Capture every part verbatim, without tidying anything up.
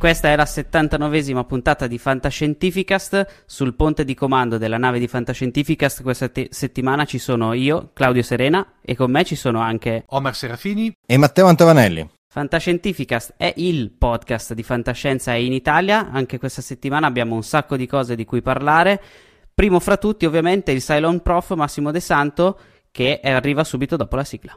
Questa è la settantanovesima puntata di Fantascientificast. Sul ponte di comando della nave di Fantascientificast questa te- settimana ci sono io, Claudio Serena, e con me ci sono anche Omar Serafini e Matteo Antovanelli. Fantascientificast è il podcast di fantascienza in Italia. Anche questa settimana abbiamo un sacco di cose di cui parlare. Primo fra tutti ovviamente il Cylon Prof Massimo De Santo, che arriva subito dopo la sigla.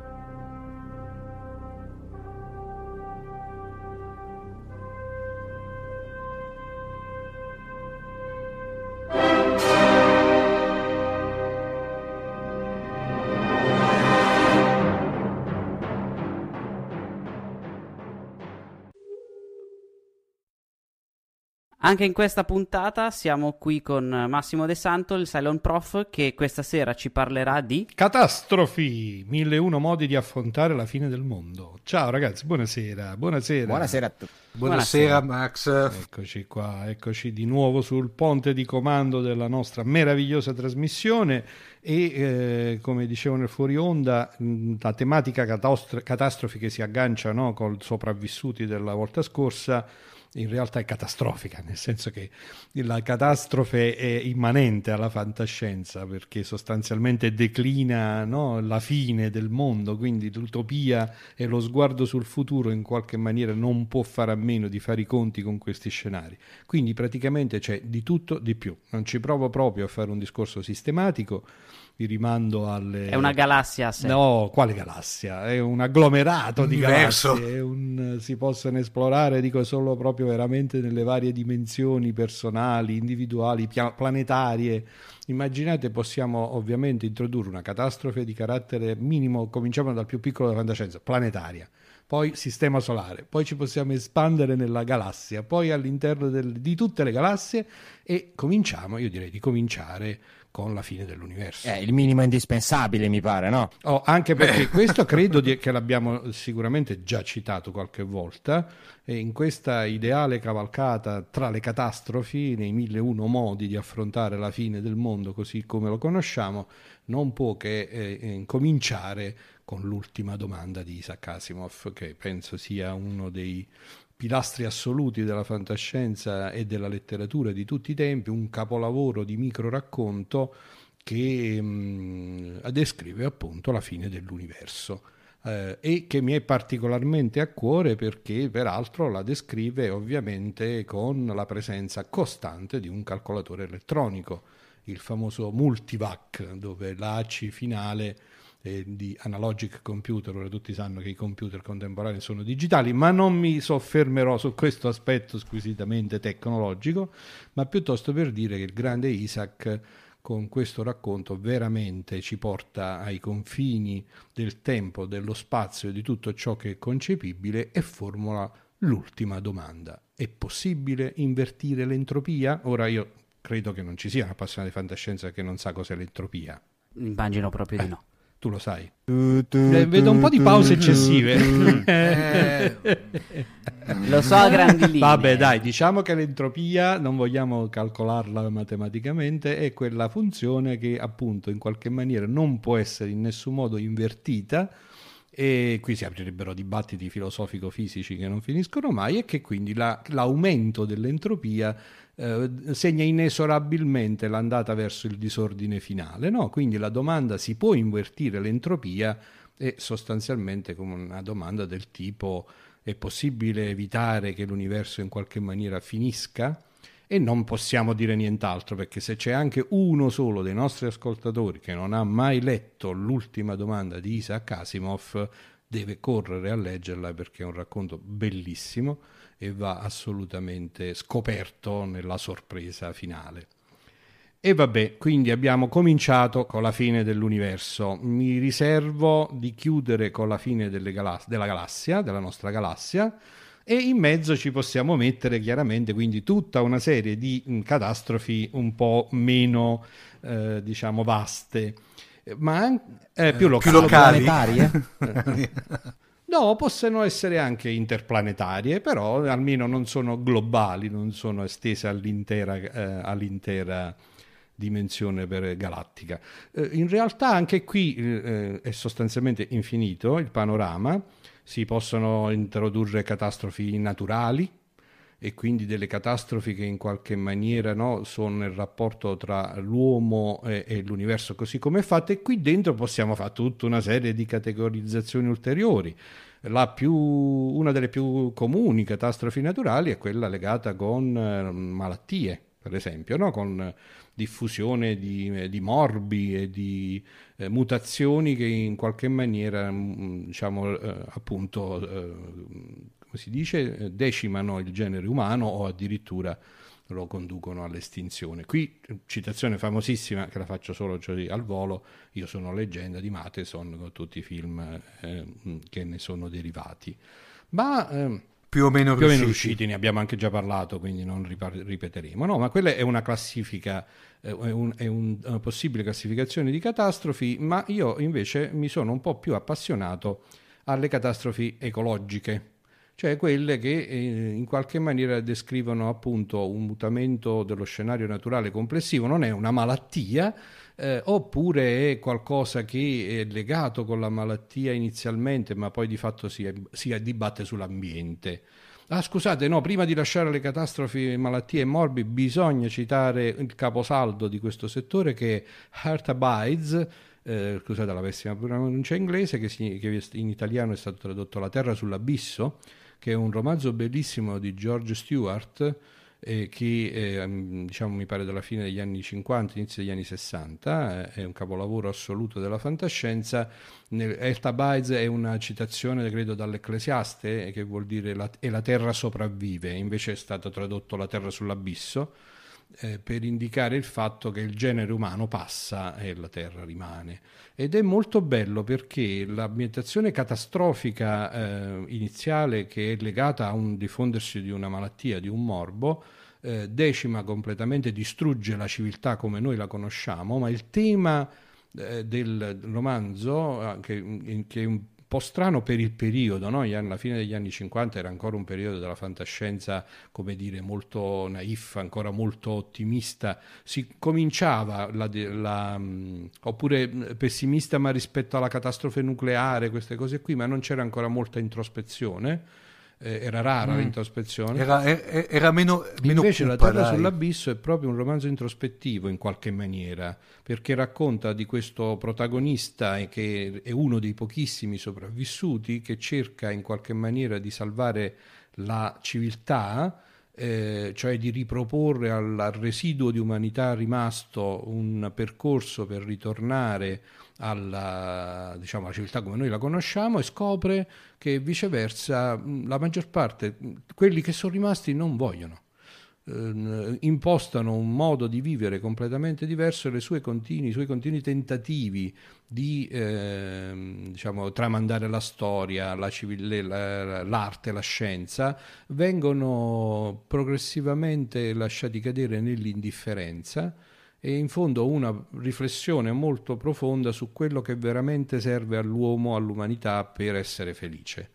Anche in questa puntata siamo qui con Massimo De Santo, il Cylon Prof, che questa sera ci parlerà di catastrofi, mille e uno modi di affrontare la fine del mondo. Ciao ragazzi, buonasera. Buonasera, buonasera a tutti. Buonasera, buonasera Max. Eccoci qua, eccoci di nuovo sul ponte di comando della nostra meravigliosa trasmissione e eh, come dicevo nel fuori onda, la tematica catastro- catastrofi che si aggancia, no, con i sopravvissuti della volta scorsa in realtà è catastrofica, nel senso che la catastrofe è immanente alla fantascienza, perché sostanzialmente declina, no, la fine del mondo, quindi l'utopia e lo sguardo sul futuro in qualche maniera non può fare a meno di fare i conti con questi scenari. Quindi praticamente c'è di tutto di più. Non ci provo proprio a fare un discorso sistematico, vi rimando alle... È una galassia a sé. No, quale galassia? È un agglomerato di Universo. galassie, è un... si possono esplorare, dico, solo proprio veramente nelle varie dimensioni personali, individuali, pia- planetarie. Immaginate, possiamo ovviamente introdurre una catastrofe di carattere minimo, cominciamo dal più piccolo della fantascienza, planetaria, poi sistema solare, poi ci possiamo espandere nella galassia, poi all'interno del, di tutte le galassie, e cominciamo, io direi di cominciare con la fine dell'universo. È il minimo indispensabile, mi pare, no? Oh, anche perché questo credo di, che l'abbiamo sicuramente già citato qualche volta, e in questa ideale cavalcata tra le catastrofi, nei mille e uno modi di affrontare la fine del mondo così come lo conosciamo, non può che eh, cominciare con l'ultima domanda di Isaac Asimov, che penso sia uno dei pilastri assoluti della fantascienza e della letteratura di tutti i tempi, un capolavoro di microracconto che mh, descrive appunto la fine dell'universo eh, e che mi è particolarmente a cuore perché peraltro la descrive ovviamente con la presenza costante di un calcolatore elettronico, il famoso Multivac, dove l'A C finale di analogic computer. Ora tutti sanno che i computer contemporanei sono digitali, ma non mi soffermerò su questo aspetto squisitamente tecnologico, ma piuttosto per dire che il grande Isaac con questo racconto veramente ci porta ai confini del tempo, dello spazio e di tutto ciò che è concepibile e formula l'ultima domanda: è possibile invertire l'entropia? Ora io credo che non ci sia un appassionato di fantascienza che non sa cos'è l'entropia. Immagino proprio eh. di no. Tu lo sai. Eh, vedo un po' di pause eccessive. eh, lo so a grandi linee. Vabbè, dai, diciamo che l'entropia, non vogliamo calcolarla matematicamente, è quella funzione che appunto in qualche maniera non può essere in nessun modo invertita, e qui si aprirebbero dibattiti filosofico-fisici che non finiscono mai, e che quindi la, l'aumento dell'entropia eh, segna inesorabilmente l'andata verso il disordine finale, no? Quindi la domanda: si può invertire l'entropia? È sostanzialmente come una domanda del tipo: è possibile evitare che l'universo in qualche maniera finisca? E non possiamo dire nient'altro, perché se c'è anche uno solo dei nostri ascoltatori che non ha mai letto l'ultima domanda di Isaac Asimov, deve correre a leggerla, perché è un racconto bellissimo e va assolutamente scoperto nella sorpresa finale. E vabbè, quindi abbiamo cominciato con la fine dell'universo. Mi riservo di chiudere con la fine delle galas- della galassia, della nostra galassia, e in mezzo ci possiamo mettere chiaramente quindi tutta una serie di mh, catastrofi un po' meno eh, diciamo vaste, ma anche eh, più locali. Più locali. Planetarie? No, possono essere anche interplanetarie, però almeno non sono globali, non sono estese all'intera, eh, all'intera dimensione per galattica. Eh, in realtà anche qui eh, è sostanzialmente infinito il panorama. Si possono introdurre catastrofi naturali, e quindi delle catastrofi che in qualche maniera, no, sono nel rapporto tra l'uomo e, e l'universo così come è fatto, e qui dentro possiamo fare tutta una serie di categorizzazioni ulteriori. La più, una delle più comuni catastrofi naturali è quella legata con eh, malattie, per esempio, no? Con diffusione di, di morbi e di eh, mutazioni che in qualche maniera, mh, diciamo, eh, appunto, eh, come si dice, decimano il genere umano o addirittura lo conducono all'estinzione. Qui, citazione famosissima, che la faccio solo cioè, al volo, Io sono leggenda di Matheson, con tutti i film eh, che ne sono derivati. Ma eh, più o meno più o riusciti. meno riusciti, ne abbiamo anche già parlato, quindi non ripar- ripeteremo. No, ma quella è una classifica, eh, è, un, è un, una possibile classificazione di catastrofi, ma io invece mi sono un po' più appassionato alle catastrofi ecologiche, cioè quelle che eh, in qualche maniera descrivono appunto un mutamento dello scenario naturale complessivo, non è una malattia, eh, oppure è qualcosa che è legato con la malattia inizialmente, ma poi di fatto si, si dibatte sull'ambiente. Ah, scusate, no, prima di lasciare le catastrofi, malattie e morbi, bisogna citare il caposaldo di questo settore, che è Heart Abides, eh, scusate la pessima pronuncia inglese, che, si, che in italiano è stato tradotto La terra sull'abisso, che è un romanzo bellissimo di George Stewart, eh, che eh, diciamo mi pare dalla fine degli anni cinquanta, inizio degli anni sessanta, eh, è un capolavoro assoluto della fantascienza. Heart Abides è una citazione, credo, dall'Ecclesiaste, eh, che vuol dire la, e la terra sopravvive, invece è stato tradotto La terra sull'abisso, eh, per indicare il fatto che il genere umano passa e la terra rimane. Ed è molto bello perché l'ambientazione catastrofica eh, iniziale, che è legata a un diffondersi di una malattia, di un morbo, eh, decima completamente, distrugge la civiltà come noi la conosciamo, ma il tema eh, del romanzo, eh, che, che è un po' strano per il periodo, no? Alla fine degli anni cinquanta era ancora un periodo della fantascienza, come dire, molto naif, ancora molto ottimista. Si cominciava, la, la, oppure pessimista, ma rispetto alla catastrofe nucleare, queste cose qui, ma non c'era ancora molta introspezione. Eh, era rara mm. l'introspezione. Era, era meno, meno Invece cupa, La terra dai. sull'abisso è proprio un romanzo introspettivo in qualche maniera, perché racconta di questo protagonista che è uno dei pochissimi sopravvissuti, che cerca in qualche maniera di salvare la civiltà, eh, cioè di riproporre al, al residuo di umanità rimasto un percorso per ritornare alla, diciamo, alla civiltà come noi la conosciamo, e scopre che viceversa la maggior parte, quelli che sono rimasti, non vogliono, eh, impostano un modo di vivere completamente diverso, e le sue continui, i suoi continui tentativi di eh, diciamo, tramandare la storia, la civile, la, l'arte, la scienza, vengono progressivamente lasciati cadere nell'indifferenza, e in fondo una riflessione molto profonda su quello che veramente serve all'uomo, all'umanità, per essere felice.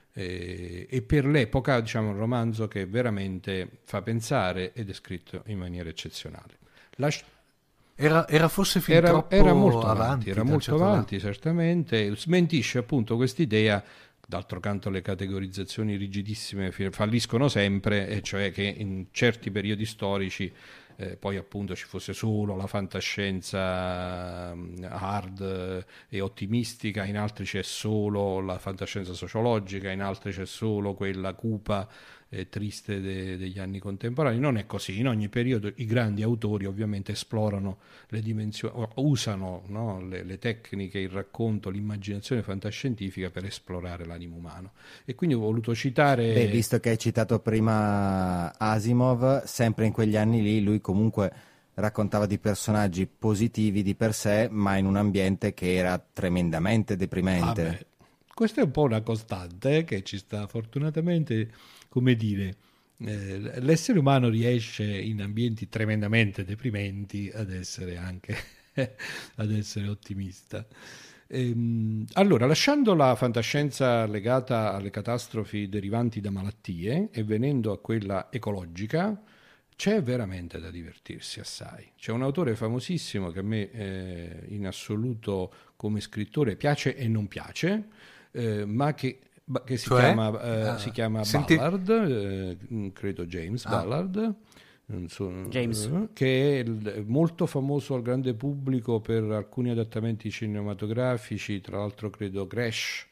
E, e per l'epoca, diciamo, un romanzo che veramente fa pensare ed è scritto in maniera eccezionale. La, era, era forse fin era, troppo era molto avanti, avanti, era da un molto certo avanti, lato. certamente. Smentisce appunto quest'idea. D'altro canto le categorizzazioni rigidissime falliscono sempre, e cioè che in certi periodi storici Eh, poi appunto ci fosse solo la fantascienza hard e ottimistica, in altri c'è solo la fantascienza sociologica, in altri c'è solo quella cupa e triste de- degli anni contemporanei. Non è così, in ogni periodo i grandi autori ovviamente esplorano le dimensioni, usano, no, le, le tecniche, il racconto, l'immaginazione fantascientifica per esplorare l'animo umano. E quindi ho voluto citare... Beh, visto che hai citato prima Asimov, sempre in quegli anni lì lui comunque raccontava di personaggi positivi di per sé, ma in un ambiente che era tremendamente deprimente. Ah, beh, questa è un po' una costante, eh, che ci sta fortunatamente, come dire, eh, l'essere umano riesce in ambienti tremendamente deprimenti ad essere anche ad essere ottimista. Ehm, allora, lasciando la fantascienza legata alle catastrofi derivanti da malattie e venendo a quella ecologica, c'è veramente da divertirsi assai. C'è un autore famosissimo che a me eh, in assoluto come scrittore piace e non piace, eh, ma che che si Cioè? chiama, eh, Ah, si chiama senti- Ballard, eh, credo James Ah. Ballard, non so, James. eh, che è il- molto famoso al grande pubblico per alcuni adattamenti cinematografici, tra l'altro credo Crash,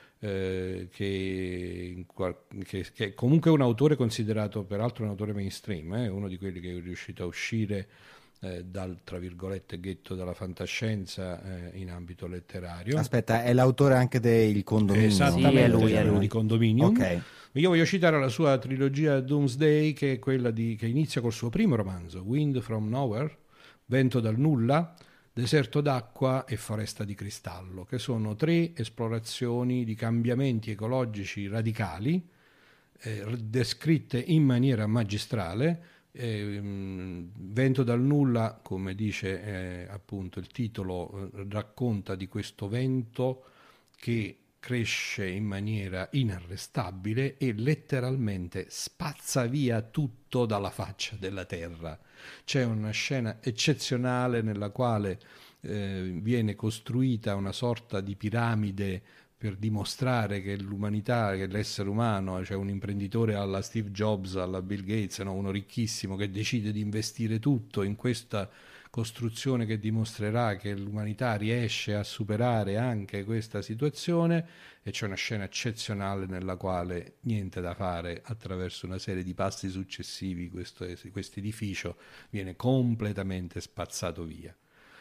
eh, che, in qual- che- che comunque è un autore considerato peraltro un autore mainstream, eh, uno di quelli che è riuscito a uscire eh, dal, tra virgolette, ghetto della fantascienza eh, in ambito letterario. Aspetta, è l'autore anche del Condominio? Esattamente, Sì, è lui, è quello lui. di Condominium. Ok. Io voglio citare la sua trilogia Doomsday, che è quella di, che inizia col suo primo romanzo, Wind from Nowhere, Vento dal nulla, Deserto d'acqua e Foresta di cristallo, che sono tre esplorazioni di cambiamenti ecologici radicali, eh, descritte in maniera magistrale. Eh, mh, Vento dal nulla, come dice eh, appunto il titolo, eh, racconta di questo vento che cresce in maniera inarrestabile e letteralmente spazza via tutto dalla faccia della terra. C'è una scena eccezionale nella quale eh, viene costruita una sorta di piramide per dimostrare che l'umanità, che l'essere umano, cioè un imprenditore alla Steve Jobs, alla Bill Gates, no? Uno ricchissimo che decide di investire tutto in questa costruzione che dimostrerà che l'umanità riesce a superare anche questa situazione, e c'è una scena eccezionale nella quale niente da fare, attraverso una serie di passi successivi questo edificio viene completamente spazzato via.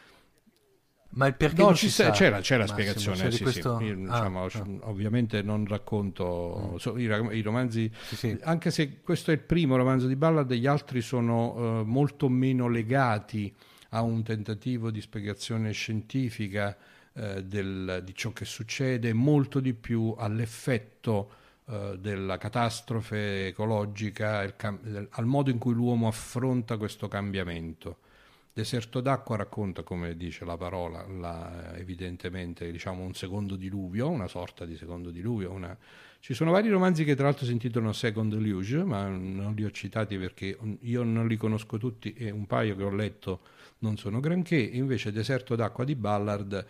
Ma il perché No, non ci si sa- sa, c'era, c'è la Massimo, spiegazione, cioè di sì, questo- sì. Io, Ah, diciamo, ah. ovviamente non racconto so- i, ra- i romanzi, Sì, sì. anche se questo è il primo romanzo di Ballard, gli altri sono eh, molto meno legati a un tentativo di spiegazione scientifica eh, del- di ciò che succede, molto di più all'effetto eh, della catastrofe ecologica, il cam- del- al modo in cui l'uomo affronta questo cambiamento. Deserto d'acqua racconta, come dice la parola, la, evidentemente diciamo un secondo diluvio, una sorta di secondo diluvio. Una... Ci sono vari romanzi che tra l'altro si intitolano Second Deluge, ma non li ho citati perché io non li conosco tutti e un paio che ho letto non sono granché. Invece Deserto d'acqua di Ballard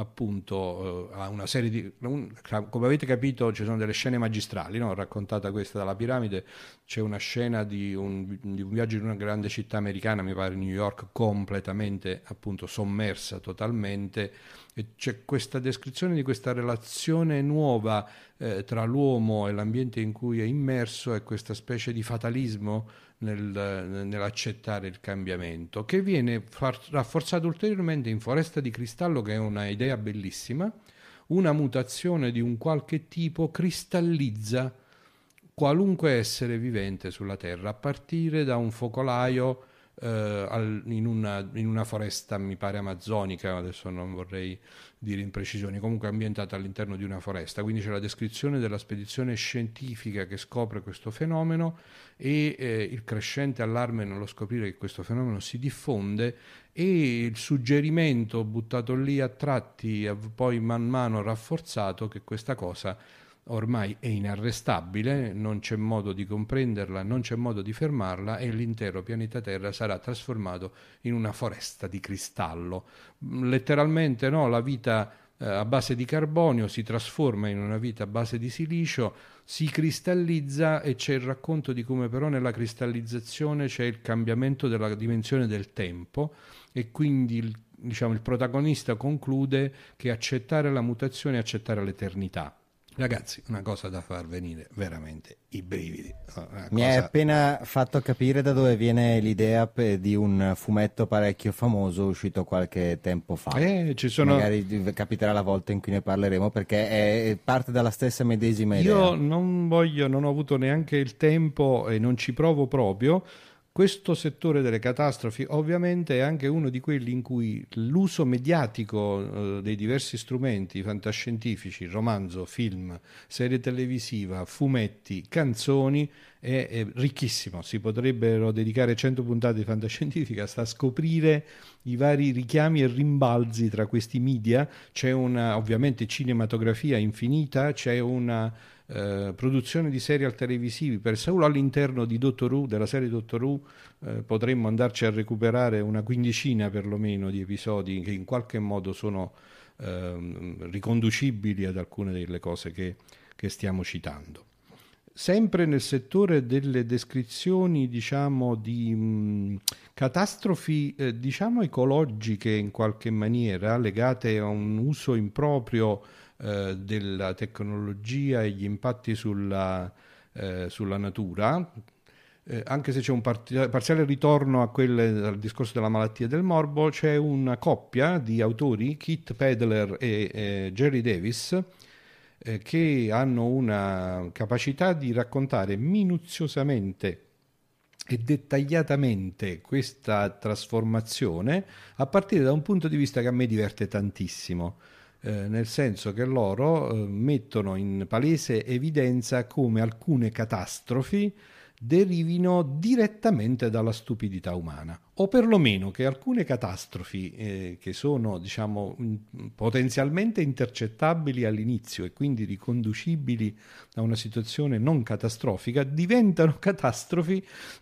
appunto eh, ha una serie di... un- come avete capito ci sono delle scene magistrali, no? Raccontata questa dalla piramide, c'è una scena di un, di un viaggio in una grande città americana, mi pare New York, completamente appunto sommersa totalmente, e c'è questa descrizione di questa relazione nuova eh, tra l'uomo e l'ambiente in cui è immerso, e questa specie di fatalismo nel, nell'accettare il cambiamento, che viene far, rafforzato ulteriormente in Foresta di cristallo, che è una idea bellissima. Una mutazione di un qualche tipo cristallizza qualunque essere vivente sulla Terra, a partire da un focolaio eh, al- in, una, in una foresta, mi pare amazzonica, adesso non vorrei dire imprecisioni, comunque ambientata all'interno di una foresta. Quindi c'è la descrizione della spedizione scientifica che scopre questo fenomeno e eh, il crescente allarme nello scoprire che questo fenomeno si diffonde, e il suggerimento buttato lì a tratti, poi man mano rafforzato, che questa cosa ormai è inarrestabile, non c'è modo di comprenderla, non c'è modo di fermarla, e l'intero pianeta Terra sarà trasformato in una foresta di cristallo. Letteralmente, no, la vita eh, a base di carbonio si trasforma in una vita a base di silicio, si cristallizza, e c'è il racconto di come però nella cristallizzazione c'è il cambiamento della dimensione del tempo, e quindi il, diciamo, il protagonista conclude che accettare la mutazione è accettare l'eternità. Ragazzi, una cosa da far venire veramente i brividi. Una Mi hai cosa- appena fatto capire da dove viene l'idea pe- di un fumetto parecchio famoso uscito qualche tempo fa. Eh, ci sono... Magari capiterà la volta in cui ne parleremo, perché è parte dalla stessa medesima idea. Io non voglio, non ho avuto neanche il tempo e non ci provo proprio. Questo settore delle catastrofi ovviamente è anche uno di quelli in cui l'uso mediatico eh, dei diversi strumenti fantascientifici, romanzo, film, serie televisiva, fumetti, canzoni, è, è ricchissimo. Si potrebbero dedicare cento puntate di fantascientifica sta a scoprire i vari richiami e rimbalzi tra questi media. C'è una ovviamente cinematografia infinita, c'è una Eh, produzione di serial televisivi, per solo all'interno di Doctor Who, della serie Doctor Who, eh, potremmo andarci a recuperare una quindicina perlomeno di episodi che in qualche modo sono ehm, riconducibili ad alcune delle cose che che stiamo citando. Sempre nel settore delle descrizioni, diciamo, di mh, catastrofi, eh, diciamo, ecologiche in qualche maniera, legate a un uso improprio eh, della tecnologia e gli impatti sulla, eh, sulla natura, eh, anche se c'è un part- parziale ritorno a quelle, al discorso della malattia del morbo, c'è una coppia di autori, Keith Pedler e eh, Jerry Davis, eh, che hanno una capacità di raccontare minuziosamente e dettagliatamente questa trasformazione a partire da un punto di vista che a me diverte tantissimo, eh, nel senso che loro eh, mettono in palese evidenza come alcune catastrofi derivino direttamente dalla stupidità umana, o perlomeno che alcune catastrofi eh, che sono, diciamo, potenzialmente intercettabili all'inizio e quindi riconducibili a una situazione non catastrofica diventano catastrofi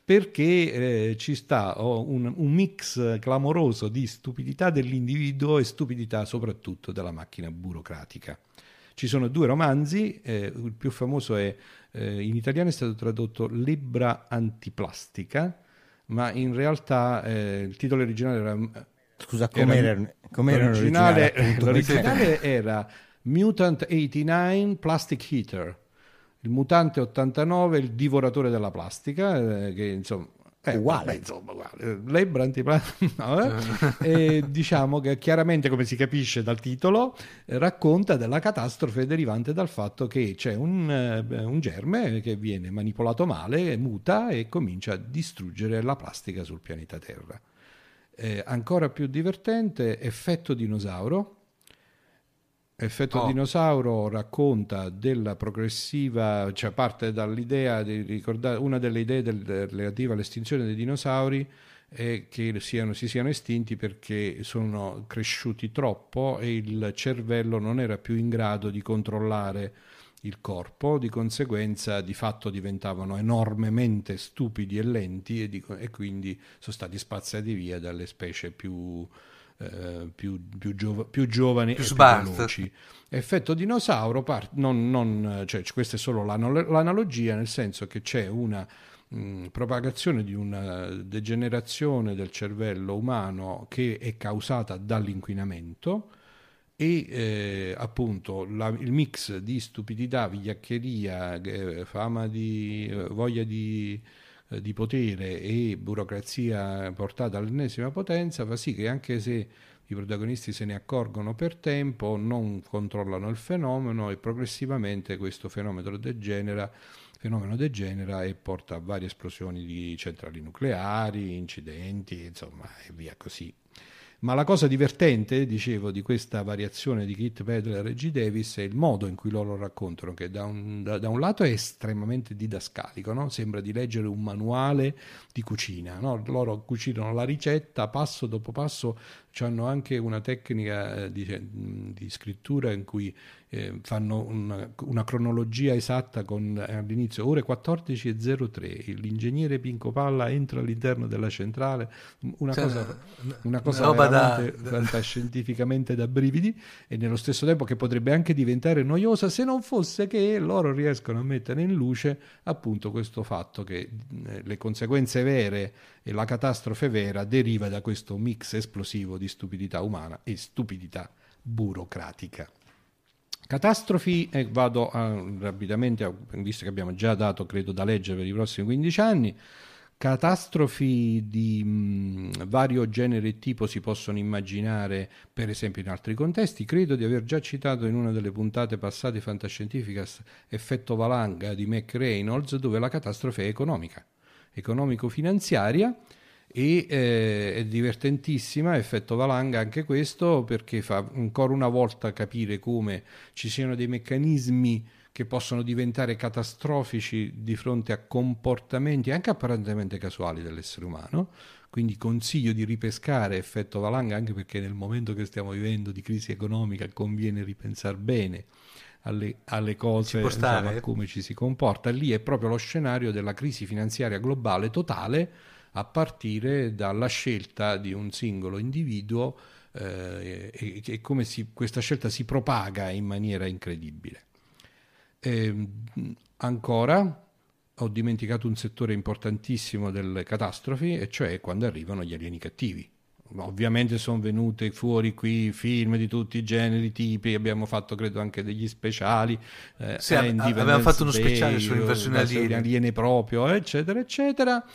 perché eh, ci sta oh, un, un mix clamoroso di stupidità dell'individuo e stupidità soprattutto della macchina burocratica. Ci sono due romanzi, eh, il più famoso è, eh, in italiano è stato tradotto Lebbra antiplastica, ma in realtà eh, il titolo originale era... Scusa, com'era, era, com'era l'originale? l'originale, L'originale era Mutant ottantanove Plastic Heater, il mutante ottantanove, il divoratore della plastica, eh, che insomma... Eh, uguale, vabbè, insomma, uguale. Lebbra antiplastica, no, eh? E diciamo che chiaramente, come si capisce dal titolo, eh, racconta della catastrofe derivante dal fatto che c'è un, eh, un germe che viene manipolato male, muta e comincia a distruggere la plastica sul pianeta Terra. Eh, ancora più divertente, Effetto dinosauro. Effetto oh. dinosauro racconta della progressiva, cioè parte dall'idea di ricordare, una delle idee del, relativa all'estinzione dei dinosauri è che siano, si siano estinti perché sono cresciuti troppo e il cervello non era più in grado di controllare il corpo, di conseguenza di fatto diventavano enormemente stupidi e lenti e, di, e quindi sono stati spazzati via dalle specie più Uh, più, più, giov- più giovani più e più veloci. Effetto dinosauro part- non, non, cioè, questa è solo l'anal- l'analogia, nel senso che c'è una mh, propagazione di una degenerazione del cervello umano che è causata dall'inquinamento e eh, appunto la, il mix di stupidità, vigliaccheria, eh, fama di eh, voglia di di potere e burocrazia portata all'ennesima potenza fa sì che, anche se i protagonisti se ne accorgono per tempo, non controllano il fenomeno e progressivamente questo fenomeno degenera, fenomeno degenera e porta a varie esplosioni di centrali nucleari, incidenti, insomma, e via così. Ma la cosa divertente, dicevo, di questa variazione di Keith Pedler e G. Davis è il modo in cui loro raccontano, che da un, da, da un lato è estremamente didascalico, no? Sembra di leggere un manuale di cucina, no? Loro cucinano la ricetta passo dopo passo, hanno anche una tecnica di, di scrittura in cui eh, fanno una, una cronologia esatta con all'inizio ore quattordici e zero tre, l'ingegnere Pinco Palla entra all'interno della centrale, una cioè, cosa, una cosa veramente da, fantascientificamente da brividi, e nello stesso tempo che potrebbe anche diventare noiosa se non fosse che loro riescono a mettere in luce appunto questo fatto che eh, le conseguenze vere e la catastrofe vera deriva da questo mix esplosivo di stupidità umana e stupidità burocratica. Catastrofi, e eh, vado a, rapidamente, a, visto che abbiamo già dato, credo, da leggere per i prossimi quindici anni, catastrofi di mh, vario genere e tipo si possono immaginare per esempio in altri contesti. Credo di aver già citato in una delle puntate passate Fantascientificast Effetto Valanga di Mac Reynolds, dove la catastrofe è economica, economico-finanziaria, e eh, è divertentissima. Effetto valanga anche questo, perché fa ancora una volta capire come ci siano dei meccanismi che possono diventare catastrofici di fronte a comportamenti anche apparentemente casuali dell'essere umano. Quindi consiglio di ripescare Effetto valanga, anche perché nel momento che stiamo vivendo di crisi economica conviene ripensare bene alle, alle cose, insomma, a come ci si comporta. Lì è proprio lo scenario della crisi finanziaria globale totale, a partire dalla scelta di un singolo individuo eh, e, e come si, questa scelta si propaga in maniera incredibile. E, ancora ho dimenticato un settore importantissimo delle catastrofi, e cioè quando arrivano gli alieni cattivi. Ovviamente sono venute fuori qui film di tutti i generi, tipi, abbiamo fatto credo anche degli speciali, eh, sì, avevamo fatto uno speciale sull'invasione aliena, aliene proprio, eccetera eccetera.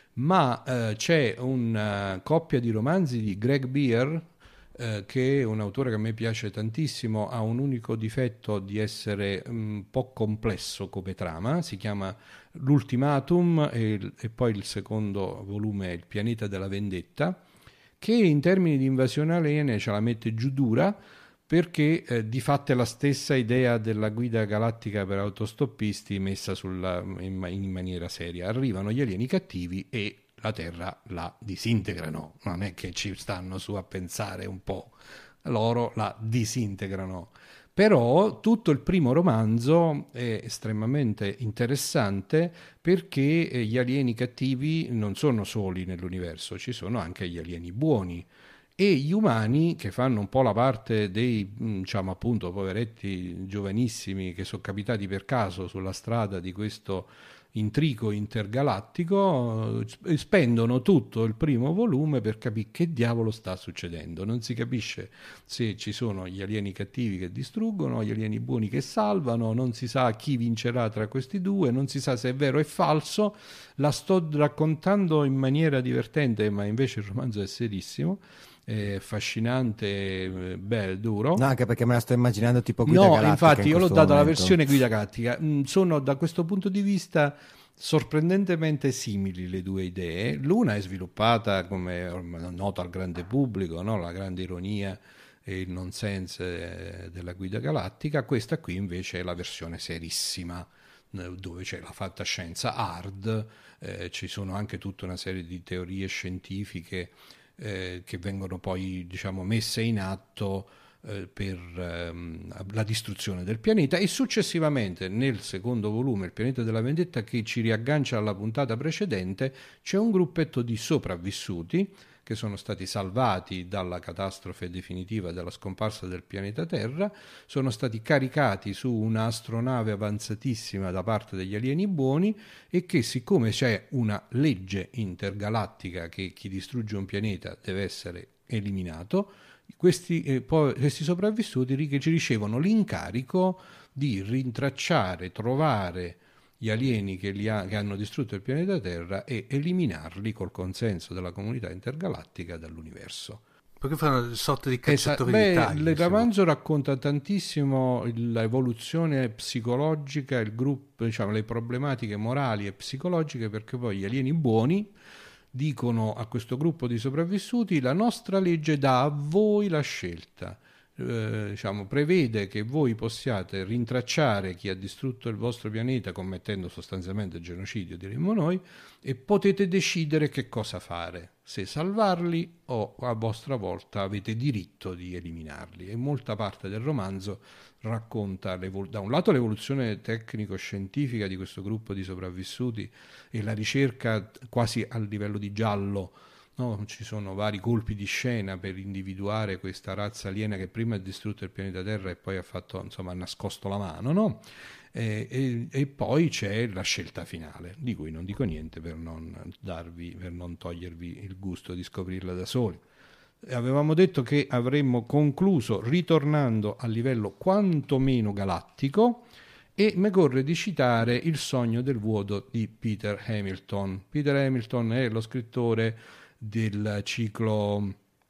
Ma eh, c'è una coppia di romanzi di Greg Bear, eh, che è un autore che a me piace tantissimo, ha un unico difetto di essere un po' complesso come trama, si chiama L'Ultimatum e, e poi il secondo volume è Il pianeta della vendetta, che in termini di invasione aliena ce la mette giù dura, perché eh, di fatto è la stessa idea della guida galattica per autostoppisti messa sulla, in, in maniera seria. Arrivano gli alieni cattivi e la Terra la disintegrano, non è che ci stanno su a pensare un po', loro la disintegrano. Però tutto il primo romanzo è estremamente interessante, perché gli alieni cattivi non sono soli nell'universo, ci sono anche gli alieni buoni. E gli umani, che fanno un po' la parte dei, diciamo appunto, poveretti giovanissimi che sono capitati per caso sulla strada di questo intrico intergalattico, spendono tutto il primo volume per capire che diavolo sta succedendo. Non si capisce se ci sono gli alieni cattivi che distruggono, gli alieni buoni che salvano, non si sa chi vincerà tra questi due, non si sa se è vero o è falso. La sto raccontando in maniera divertente, ma invece il romanzo è serissimo. È affascinante, bello, duro. No, anche perché me la sto immaginando tipo Guida no, Galattica. infatti in io l'ho questo data la momento. versione Guida Galattica. Mm, sono da questo punto di vista sorprendentemente simili le due idee. L'una è sviluppata, come è noto al grande pubblico, no? La grande ironia e il nonsense della Guida Galattica. Questa qui invece è la versione serissima, dove c'è la fantascienza hard, eh, ci sono anche tutta una serie di teorie scientifiche Eh, che vengono poi, diciamo, messe in atto eh, per ehm, la distruzione del pianeta. E successivamente nel secondo volume, Il pianeta della vendetta, che ci riaggancia alla puntata precedente, c'è un gruppetto di sopravvissuti che sono stati salvati dalla catastrofe definitiva della scomparsa del pianeta Terra, sono stati caricati su un'astronave avanzatissima da parte degli alieni buoni, e che, siccome c'è una legge intergalattica che chi distrugge un pianeta deve essere eliminato, questi, eh, poi, questi sopravvissuti ricevono l'incarico di rintracciare, trovare gli alieni che, li ha, che hanno distrutto il pianeta Terra e eliminarli col consenso della comunità intergalattica dall'universo. Perché fanno sorte di cacciatori Esa- di beh, tagli. il romanzo racconta tantissimo l'evoluzione psicologica, il gruppo, diciamo, le problematiche morali e psicologiche, perché poi gli alieni buoni dicono a questo gruppo di sopravvissuti: la nostra legge dà a voi la scelta. Eh, diciamo, prevede che voi possiate rintracciare chi ha distrutto il vostro pianeta, commettendo sostanzialmente genocidio, diremmo noi, e potete decidere che cosa fare, se salvarli o a vostra volta avete diritto di eliminarli. E molta parte del romanzo racconta da un lato l'evoluzione tecnico-scientifica di questo gruppo di sopravvissuti e la ricerca quasi a livello di giallo. No, ci sono vari colpi di scena per individuare questa razza aliena che prima ha distrutto il pianeta Terra e poi ha fatto, insomma, ha nascosto la mano, no? E, e, e poi c'è la scelta finale, di cui non dico niente per non darvi, per non togliervi il gusto di scoprirla da soli. Avevamo detto che avremmo concluso ritornando a livello quantomeno galattico, e mi corre di citare Il sogno del vuoto di Peter Hamilton. Peter Hamilton è lo scrittore del ciclo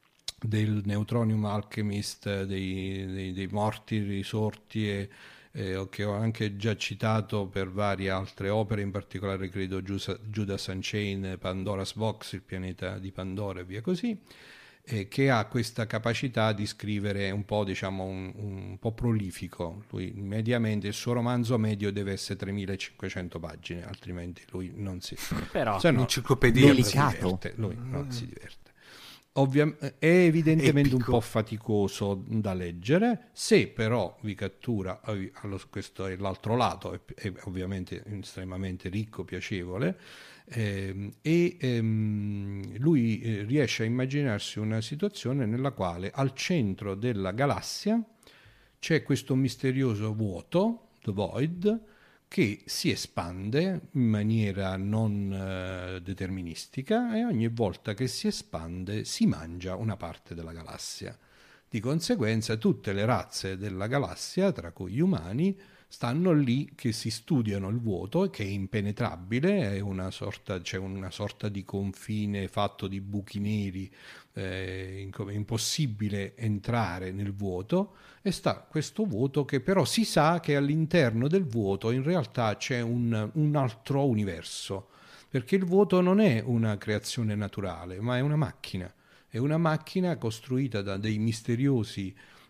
del Neutronium Alchemist, dei, dei, dei morti risorti, e, eh, che ho anche già citato per varie altre opere, in particolare credo Judas Unchained, Pandora's Box, il pianeta di Pandora e via così, eh, che ha questa capacità di scrivere un po', diciamo, un, un po' prolifico. Lui mediamente, il suo romanzo medio deve essere tremilacinquecento pagine, altrimenti lui non si... Però, se no, un'enciclopedia delicato. Lui non si diverte. Ovvia- è evidentemente Epico. Un po' faticoso da leggere. Se però vi cattura, allo, questo è l'altro lato, è, è ovviamente estremamente ricco, piacevole, eh, e ehm, lui eh, riesce a immaginarsi una situazione nella quale al centro della galassia c'è questo misterioso vuoto The Void, che si espande in maniera non eh, deterministica, e ogni volta che si espande si mangia una parte della galassia. Di conseguenza tutte le razze della galassia, tra cui gli umani, stanno lì che si studiano il vuoto, che è impenetrabile, è una sorta, c'è una sorta di confine fatto di buchi neri, eh, è impossibile entrare nel vuoto, e sta questo vuoto che però si sa che all'interno del vuoto in realtà c'è un, un altro universo, perché il vuoto non è una creazione naturale, ma è una macchina, è una macchina costruita da dei misteriosi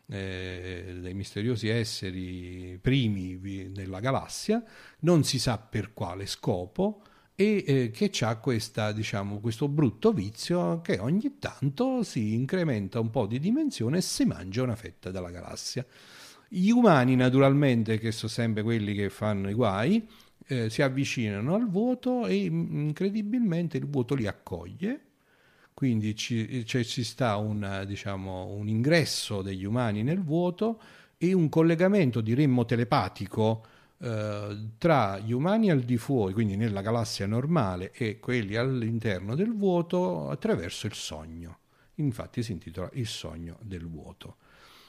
Eh, dei misteriosi esseri primi della galassia, non si sa per quale scopo, e eh, che ha questa, diciamo, questo brutto vizio che ogni tanto si incrementa un po' di dimensione e si mangia una fetta della galassia. Gli umani, naturalmente, che sono sempre quelli che fanno i guai, eh, si avvicinano al vuoto e incredibilmente il vuoto li accoglie. Quindi ci, cioè, ci sta un, diciamo, un ingresso degli umani nel vuoto e un collegamento, diremmo telepatico, eh, tra gli umani al di fuori, quindi nella galassia normale, e quelli all'interno del vuoto attraverso il sogno. Infatti si intitola Il sogno del vuoto.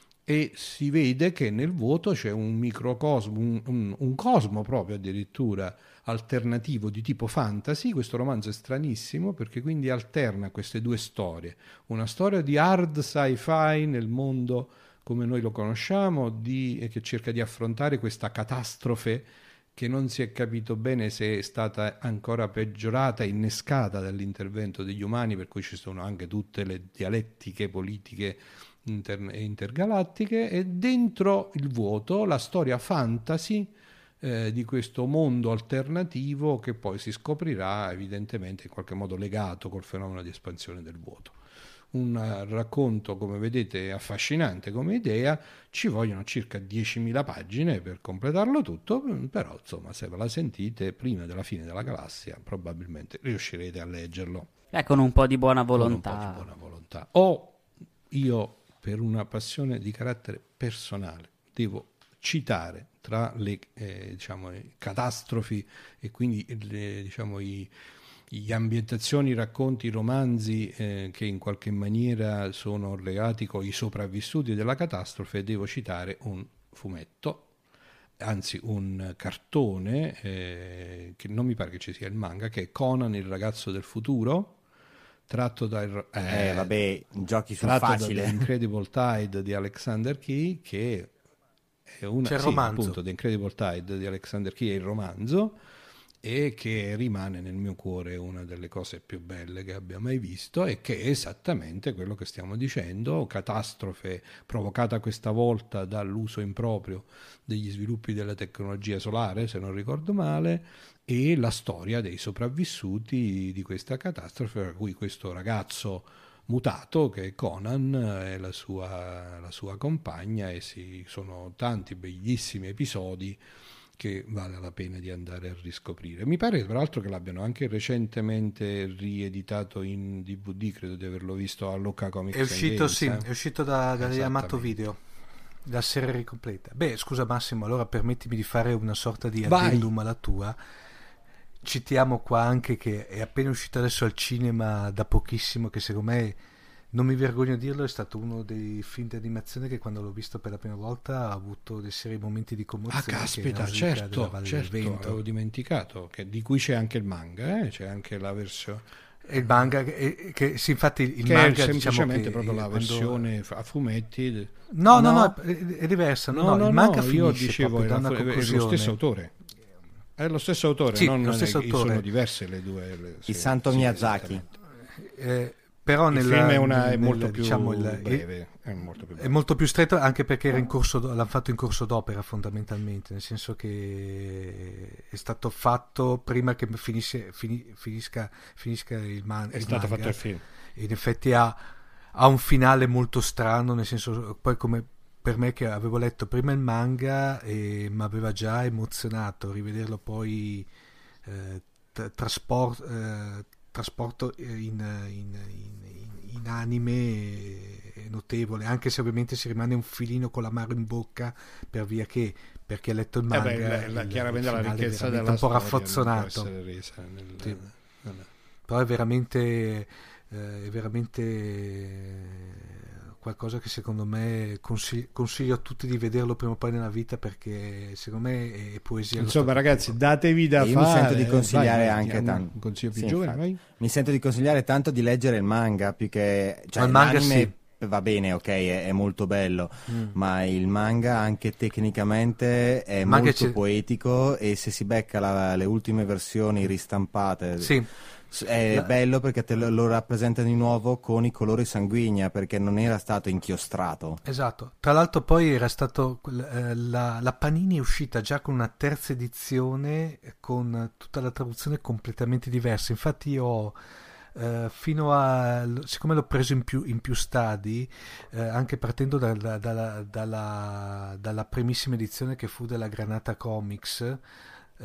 E si vede che nel vuoto c'è un microcosmo, un, un, un cosmo proprio addirittura alternativo di tipo fantasy. Questo romanzo è stranissimo perché quindi alterna queste due storie, una storia di hard sci-fi nel mondo come noi lo conosciamo, di, che cerca di affrontare questa catastrofe che non si è capito bene se è stata ancora peggiorata, innescata dall'intervento degli umani, per cui ci sono anche tutte le dialettiche politiche inter- intergalattiche, e dentro il vuoto la storia fantasy eh, di questo mondo alternativo che poi si scoprirà evidentemente in qualche modo legato col fenomeno di espansione del vuoto. Un racconto, come vedete, affascinante come idea. Ci vogliono circa diecimila pagine per completarlo tutto, però insomma, se ve la sentite prima della fine della galassia probabilmente riuscirete a leggerlo. Eh, con un po' di buona volontà. Con un po' di buona volontà. O io, per una passione di carattere personale, devo citare tra le eh, diciamo, catastrofi e quindi le, diciamo, i gli ambientazioni, i racconti, i romanzi eh, che in qualche maniera sono legati con i sopravvissuti della catastrofe, devo citare un fumetto, anzi un cartone, eh, che non mi pare che ci sia il manga, che è Conan il ragazzo del futuro, tratto dal eh, eh, vabbè, giochi sul facile, da Incredible Tide di Alexander Key, che è una, C'è il sì, romanzo. appunto, The Incredible Tide di Alexander Key è il romanzo, e che rimane nel mio cuore una delle cose più belle che abbia mai visto, e che è esattamente quello che stiamo dicendo: catastrofe provocata questa volta dall'uso improprio degli sviluppi della tecnologia solare, se non ricordo male, e la storia dei sopravvissuti di questa catastrofe, per cui questo ragazzo mutato che è Conan e la sua, la sua compagna, e si sono tanti bellissimi episodi che vale la pena di andare a riscoprire. Mi pare tra l'altro che l'abbiano anche recentemente rieditato in D V D, credo di averlo visto a Lucca Comics. È uscito, Games, sì, eh? è uscito da, da Yamato Video, la serie ricompleta. Beh, scusa Massimo, allora permettimi di fare una sorta di addendum alla tua. Citiamo qua anche che è appena uscito adesso al cinema da pochissimo, che secondo me, non mi vergogno a dirlo, è stato uno dei film di animazione che quando l'ho visto per la prima volta ha avuto dei seri momenti di commozione. Ah, caspita, certo, certo, avevo dimenticato che di cui c'è anche il manga, eh? C'è anche la versione. E il manga, che, che sì, infatti il che manga è semplicemente diciamo che proprio la quando... versione a fumetti. No, no, no, no, è, è diversa. No, no, no, no, il manga no, finisce io dicevo da una è conclusione. lo stesso autore. È lo stesso autore, sì, non lo stesso è, autore. Sono diverse le due. Le, il sì, Santo sì, Miyazaki. Eh, però il nel film è, una, nel, è molto più diciamo, il, breve, è molto più breve. È molto più stretto, anche perché era in corso, l'hanno fatto in corso d'opera fondamentalmente, nel senso che è stato fatto prima che finisce, fini, finisca, finisca il, man, è il stato manga. fatto il film. E in effetti ha, ha un finale molto strano, nel senso, poi come per me che avevo letto prima il manga e mi aveva già emozionato rivederlo poi eh, tra, trasport, eh, trasporto in, in, in, in anime, è notevole, anche se ovviamente si rimane un filino con l'amaro in bocca per via che perché ha letto il manga. Eh beh, la, la, il, chiaramente il la ricchezza della un po' storia raffazzonato. non può essere resa nel, sì. nel... Però è veramente eh, è veramente qualcosa che secondo me consiglio, consiglio a tutti di vederlo prima o poi nella vita, perché secondo me è poesia. Insomma ragazzi, puro. Datevi da e fare. Io mi sento di consigliare vai, anche tanto. Un consiglio più sì, giovane, vai. Mi sento di consigliare tanto di leggere il manga, più che cioè, il manga l'anime sì. va bene, ok, è, è molto bello, mm. ma il manga anche tecnicamente è manga molto c'è... poetico, e se si becca la, le ultime versioni ristampate sì. è la... bello perché te lo, lo rappresenta di nuovo con i colori sanguigna, perché non era stato inchiostrato. Esatto, tra l'altro poi era stato eh, la, la Panini è uscita già con una terza edizione con tutta la traduzione completamente diversa. Infatti io ho Uh, fino a, siccome l'ho preso in più, in più stadi, uh, anche partendo da, da, da, dalla, dalla primissima edizione che fu della Granata Comics, uh,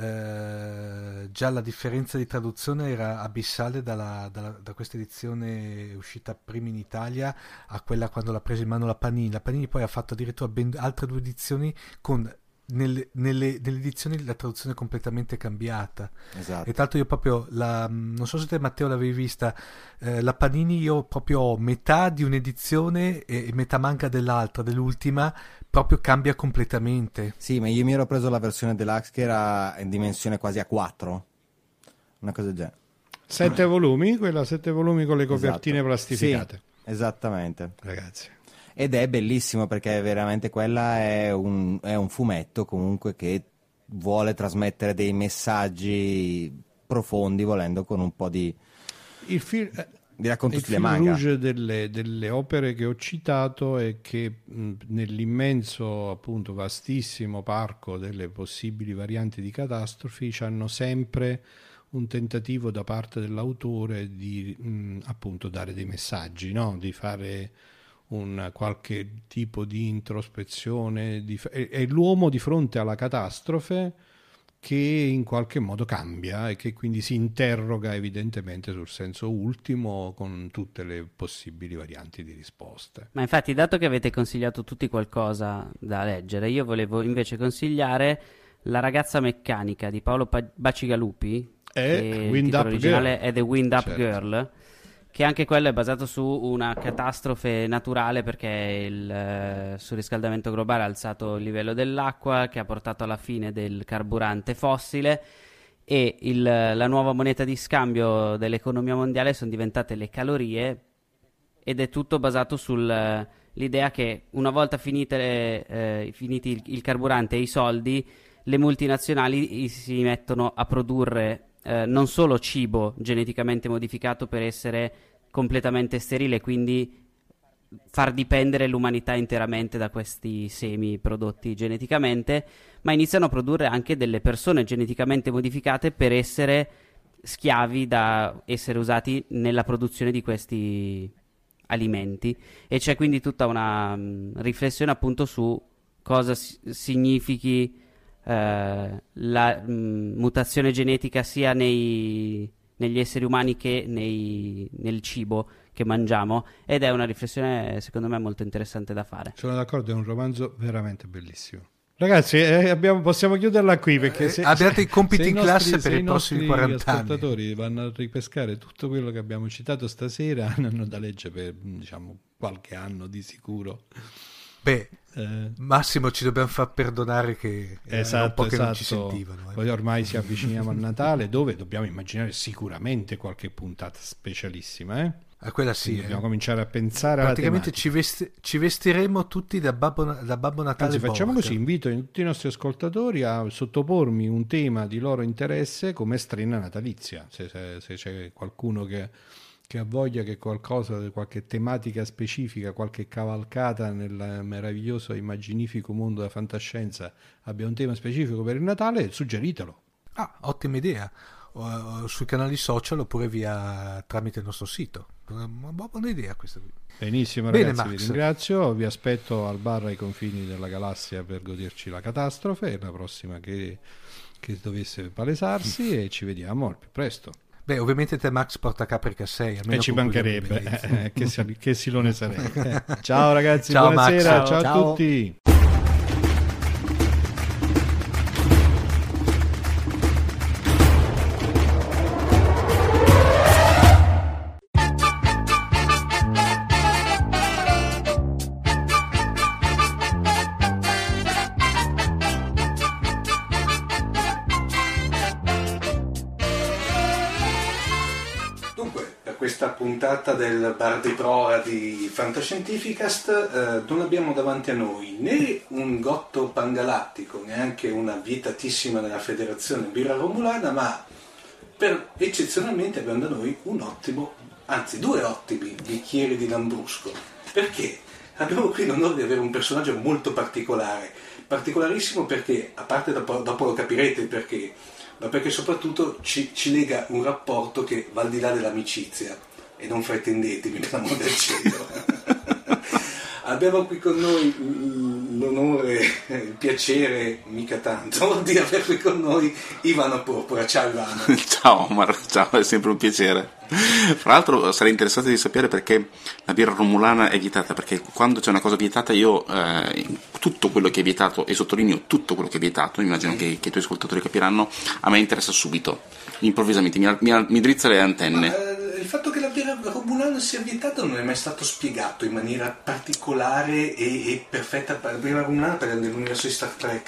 già la differenza di traduzione era abissale dalla, dalla, da questa edizione uscita prima in Italia a quella quando l'ha presa in mano la Panini. La Panini poi ha fatto addirittura ben altre due edizioni con Nelle, nelle, nelle edizioni la traduzione è completamente cambiata. Esatto. E tra l'altro io proprio la, non so se te Matteo l'avevi vista, eh, la Panini io proprio ho metà di un'edizione e, e metà manga dell'altra, dell'ultima proprio cambia completamente. Sì, ma io mi ero preso la versione deluxe che era in dimensione quasi a quattro, una cosa del genere. Sette volumi, quella sette volumi con le copertine esatto. plastificate. Sì, esattamente. Ragazzi. Ed è bellissimo perché veramente quella è un, è un fumetto comunque che vuole trasmettere dei messaggi profondi, volendo, con un po' di, il fil, di racconto il stile fil manga. rouge delle, delle opere che ho citato è che mh, nell'immenso, appunto, vastissimo parco delle possibili varianti di catastrofi hanno sempre un tentativo da parte dell'autore di mh, appunto dare dei messaggi, no? Di fare un qualche tipo di introspezione, di, è, è l'uomo di fronte alla catastrofe che in qualche modo cambia e che quindi si interroga evidentemente sul senso ultimo, con tutte le possibili varianti di risposte. Ma infatti, dato che avete consigliato tutti qualcosa da leggere, io volevo invece consigliare La ragazza meccanica di Paolo Bacigalupi, e che il Wind titolo Up originale Girl. è The Wind Up Certo. Girl, che anche quello è basato su una catastrofe naturale, perché il eh, surriscaldamento globale ha alzato il livello dell'acqua, che ha portato alla fine del carburante fossile, e il, la nuova moneta di scambio dell'economia mondiale sono diventate le calorie, ed è tutto basato sull'idea che una volta finite le, eh, finiti il, il carburante e i soldi, le multinazionali si mettono a produrre Eh, non solo cibo geneticamente modificato per essere completamente sterile, quindi far dipendere l'umanità interamente da questi semi prodotti geneticamente, ma iniziano a produrre anche delle persone geneticamente modificate per essere schiavi da essere usati nella produzione di questi alimenti. E c'è quindi tutta una mh, riflessione appunto su cosa si- significhi Uh, la mh, mutazione genetica sia nei, negli esseri umani che nei, nel cibo che mangiamo, ed è una riflessione secondo me molto interessante da fare. Sono d'accordo, è un romanzo veramente bellissimo. Ragazzi, eh, abbiamo, possiamo chiuderla qui, perché se, eh, abbiate i compiti se in i classe nostri, per i prossimi quaranta anni. Gli ascoltatori vanno a ripescare tutto quello che abbiamo citato stasera, hanno da leggere per, diciamo, qualche anno di sicuro. Beh, eh. Massimo, ci dobbiamo far perdonare che esatto, un po' che esatto. non ci sentivano. Eh. Poi ormai ci avviciniamo a Natale, dove dobbiamo immaginare sicuramente qualche puntata specialissima, eh? A quella sì. Dobbiamo eh. cominciare a pensare praticamente alla ci, vesti- ci vestiremo tutti da Babbo, da Babbo Natale. Anzi, facciamo Borg. così, invito tutti i nostri ascoltatori a sottopormi un tema di loro interesse come strenna natalizia, se, se, se c'è qualcuno che, che ha voglia che qualcosa, qualche tematica specifica, qualche cavalcata nel meraviglioso e immaginifico mondo della fantascienza abbia un tema specifico per il Natale, suggeritelo. Ah, ottima idea. O, o sui canali social oppure via tramite il nostro sito. Una buona idea questa qui. Benissimo, Bene, ragazzi, Max. vi ringrazio, vi aspetto al bar ai confini della galassia per goderci la catastrofe, la prossima che, che dovesse palesarsi, e ci vediamo al più presto. Beh, ovviamente te Max porta Caprica sei. E ci mancherebbe, eh, che, si, che silone sarei. Eh. Ciao ragazzi, ciao, buonasera, Max. ciao, ciao, ciao a tutti. Questa puntata del bar di prova di Fantascientificast eh, non abbiamo davanti a noi né un gotto pangalattico, neanche una vietatissima nella federazione birra romulana, ma per eccezionalmente abbiamo da noi un ottimo, anzi due ottimi bicchieri di Lambrusco, perché abbiamo qui l'onore di avere un personaggio molto particolare, particolarissimo perché, a parte dopo, dopo lo capirete perché, ma perché soprattutto ci, ci lega un rapporto che va al di là dell'amicizia, e non fraintendetemi per l'amore del cielo. Abbiamo qui con noi l'onore, il piacere, mica tanto, di avere qui con noi Ivano Porpora. Ciao Ivano. Ciao Omar, ciao, è sempre un piacere. Fra l'altro sarei interessato di sapere perché la birra romulana è vietata, perché quando c'è una cosa vietata io eh, tutto quello che è vietato, e sottolineo tutto quello che è vietato, immagino che, che i tuoi ascoltatori capiranno, a me interessa subito, improvvisamente, mi, mi, mi drizza le antenne. Ma, eh, il fatto che la birra romulana sia vietata non è mai stato spiegato in maniera particolare e, e perfetta. La birra romulana per l'universo di Star Trek,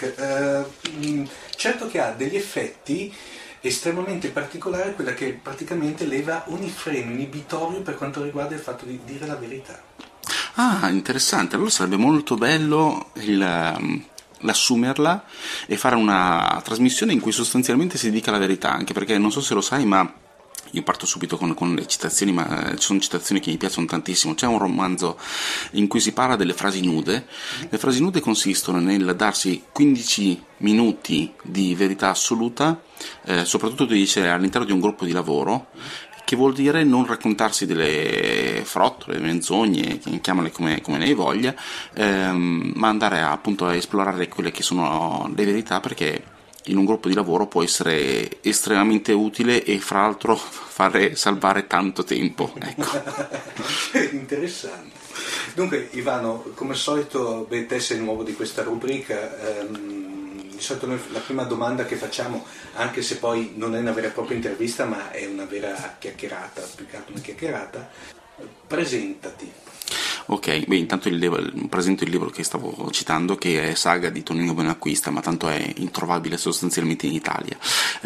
eh, certo che ha degli effetti estremamente particolari, quella che praticamente leva ogni freno inibitorio per quanto riguarda il fatto di dire la verità. Ah, interessante, allora sarebbe molto bello il, um, l'assumerla e fare una trasmissione in cui sostanzialmente si dica la verità, anche perché non so se lo sai, ma io parto subito con, con le citazioni, ma ci sono citazioni che mi piacciono tantissimo. C'è un romanzo in cui si parla delle frasi nude. Le frasi nude consistono nel darsi quindici minuti di verità assoluta, eh, soprattutto dice all'interno di un gruppo di lavoro, che vuol dire non raccontarsi delle frottole, delle menzogne, chiamale come, come ne hai voglia, ehm, ma andare a, appunto a esplorare quelle che sono le verità, perché in un gruppo di lavoro può essere estremamente utile e fra l'altro fare salvare tanto tempo. Ecco. Interessante. Dunque Ivano, come al solito, beh, te sei nuovo di questa rubrica, ehm, di solito noi la prima domanda che facciamo, anche se poi non è una vera e propria intervista ma è una vera chiacchierata, più che altro una chiacchierata, presentati. Ok, beh, intanto il libro, presento il libro che stavo citando, che è Saga di Tonino Benacquista, ma tanto è introvabile sostanzialmente in Italia.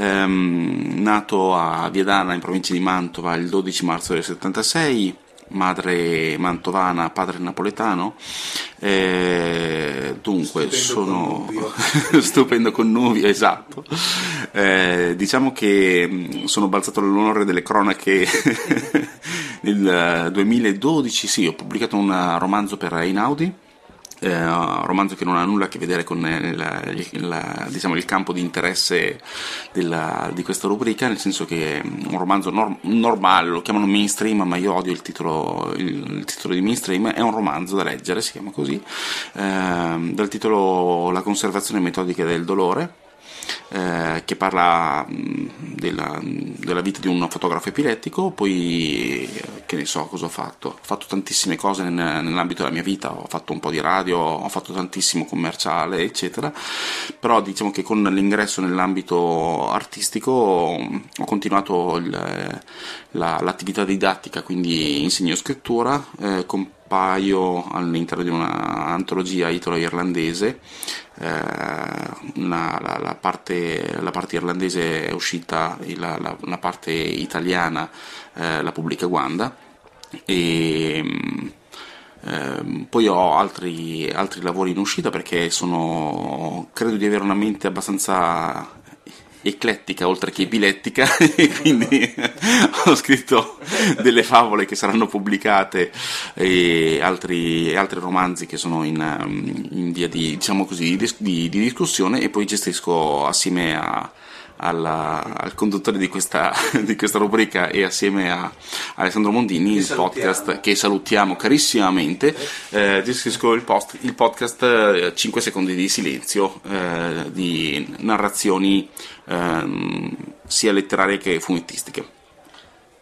Ehm, nato a Viadana, in provincia di Mantova, il dodici marzo del settantasei, madre mantovana, padre napoletano, eh, dunque stupendo sono connubio. stupendo connubio, esatto. Eh, diciamo che sono balzato all'onore delle cronache nel duemiladodici, sì, ho pubblicato un romanzo per Einaudi, eh, un romanzo che non ha nulla a che vedere con il, il, diciamo, il campo di interesse della, di questa rubrica, nel senso che è un romanzo norm, normale, lo chiamano mainstream, ma io odio il titolo, il, il titolo di mainstream. È un romanzo da leggere, si chiama così, eh, dal titolo La conservazione metodica del dolore, Eh, che parla mh, della, della vita di un fotografo epilettico. Poi eh, che ne so cosa ho fatto, ho fatto tantissime cose nel, nell'ambito della mia vita, ho fatto un po' di radio, ho fatto tantissimo commerciale eccetera, però diciamo che con l'ingresso nell'ambito artistico ho continuato il, la, l'attività didattica, quindi insegno scrittura, eh, con paio all'interno di un'antologia italo-irlandese. Eh, la, la, la, parte, la parte irlandese è uscita, la, la, la parte italiana eh, la pubblica Wanda, e eh, poi ho altri, altri lavori in uscita, perché sono, credo di avere una mente abbastanza eclettica oltre che epilettica, e quindi ho scritto delle favole che saranno pubblicate e altri, altri romanzi che sono in, in via di, diciamo così, di, di, di discussione, e poi gestisco assieme a Alla, al conduttore di questa, di questa rubrica e assieme a Alessandro Mondini il podcast, che salutiamo carissimamente, eh, gestisco il, post, il podcast eh, cinque secondi di silenzio, eh, di narrazioni eh, sia letterarie che fumettistiche.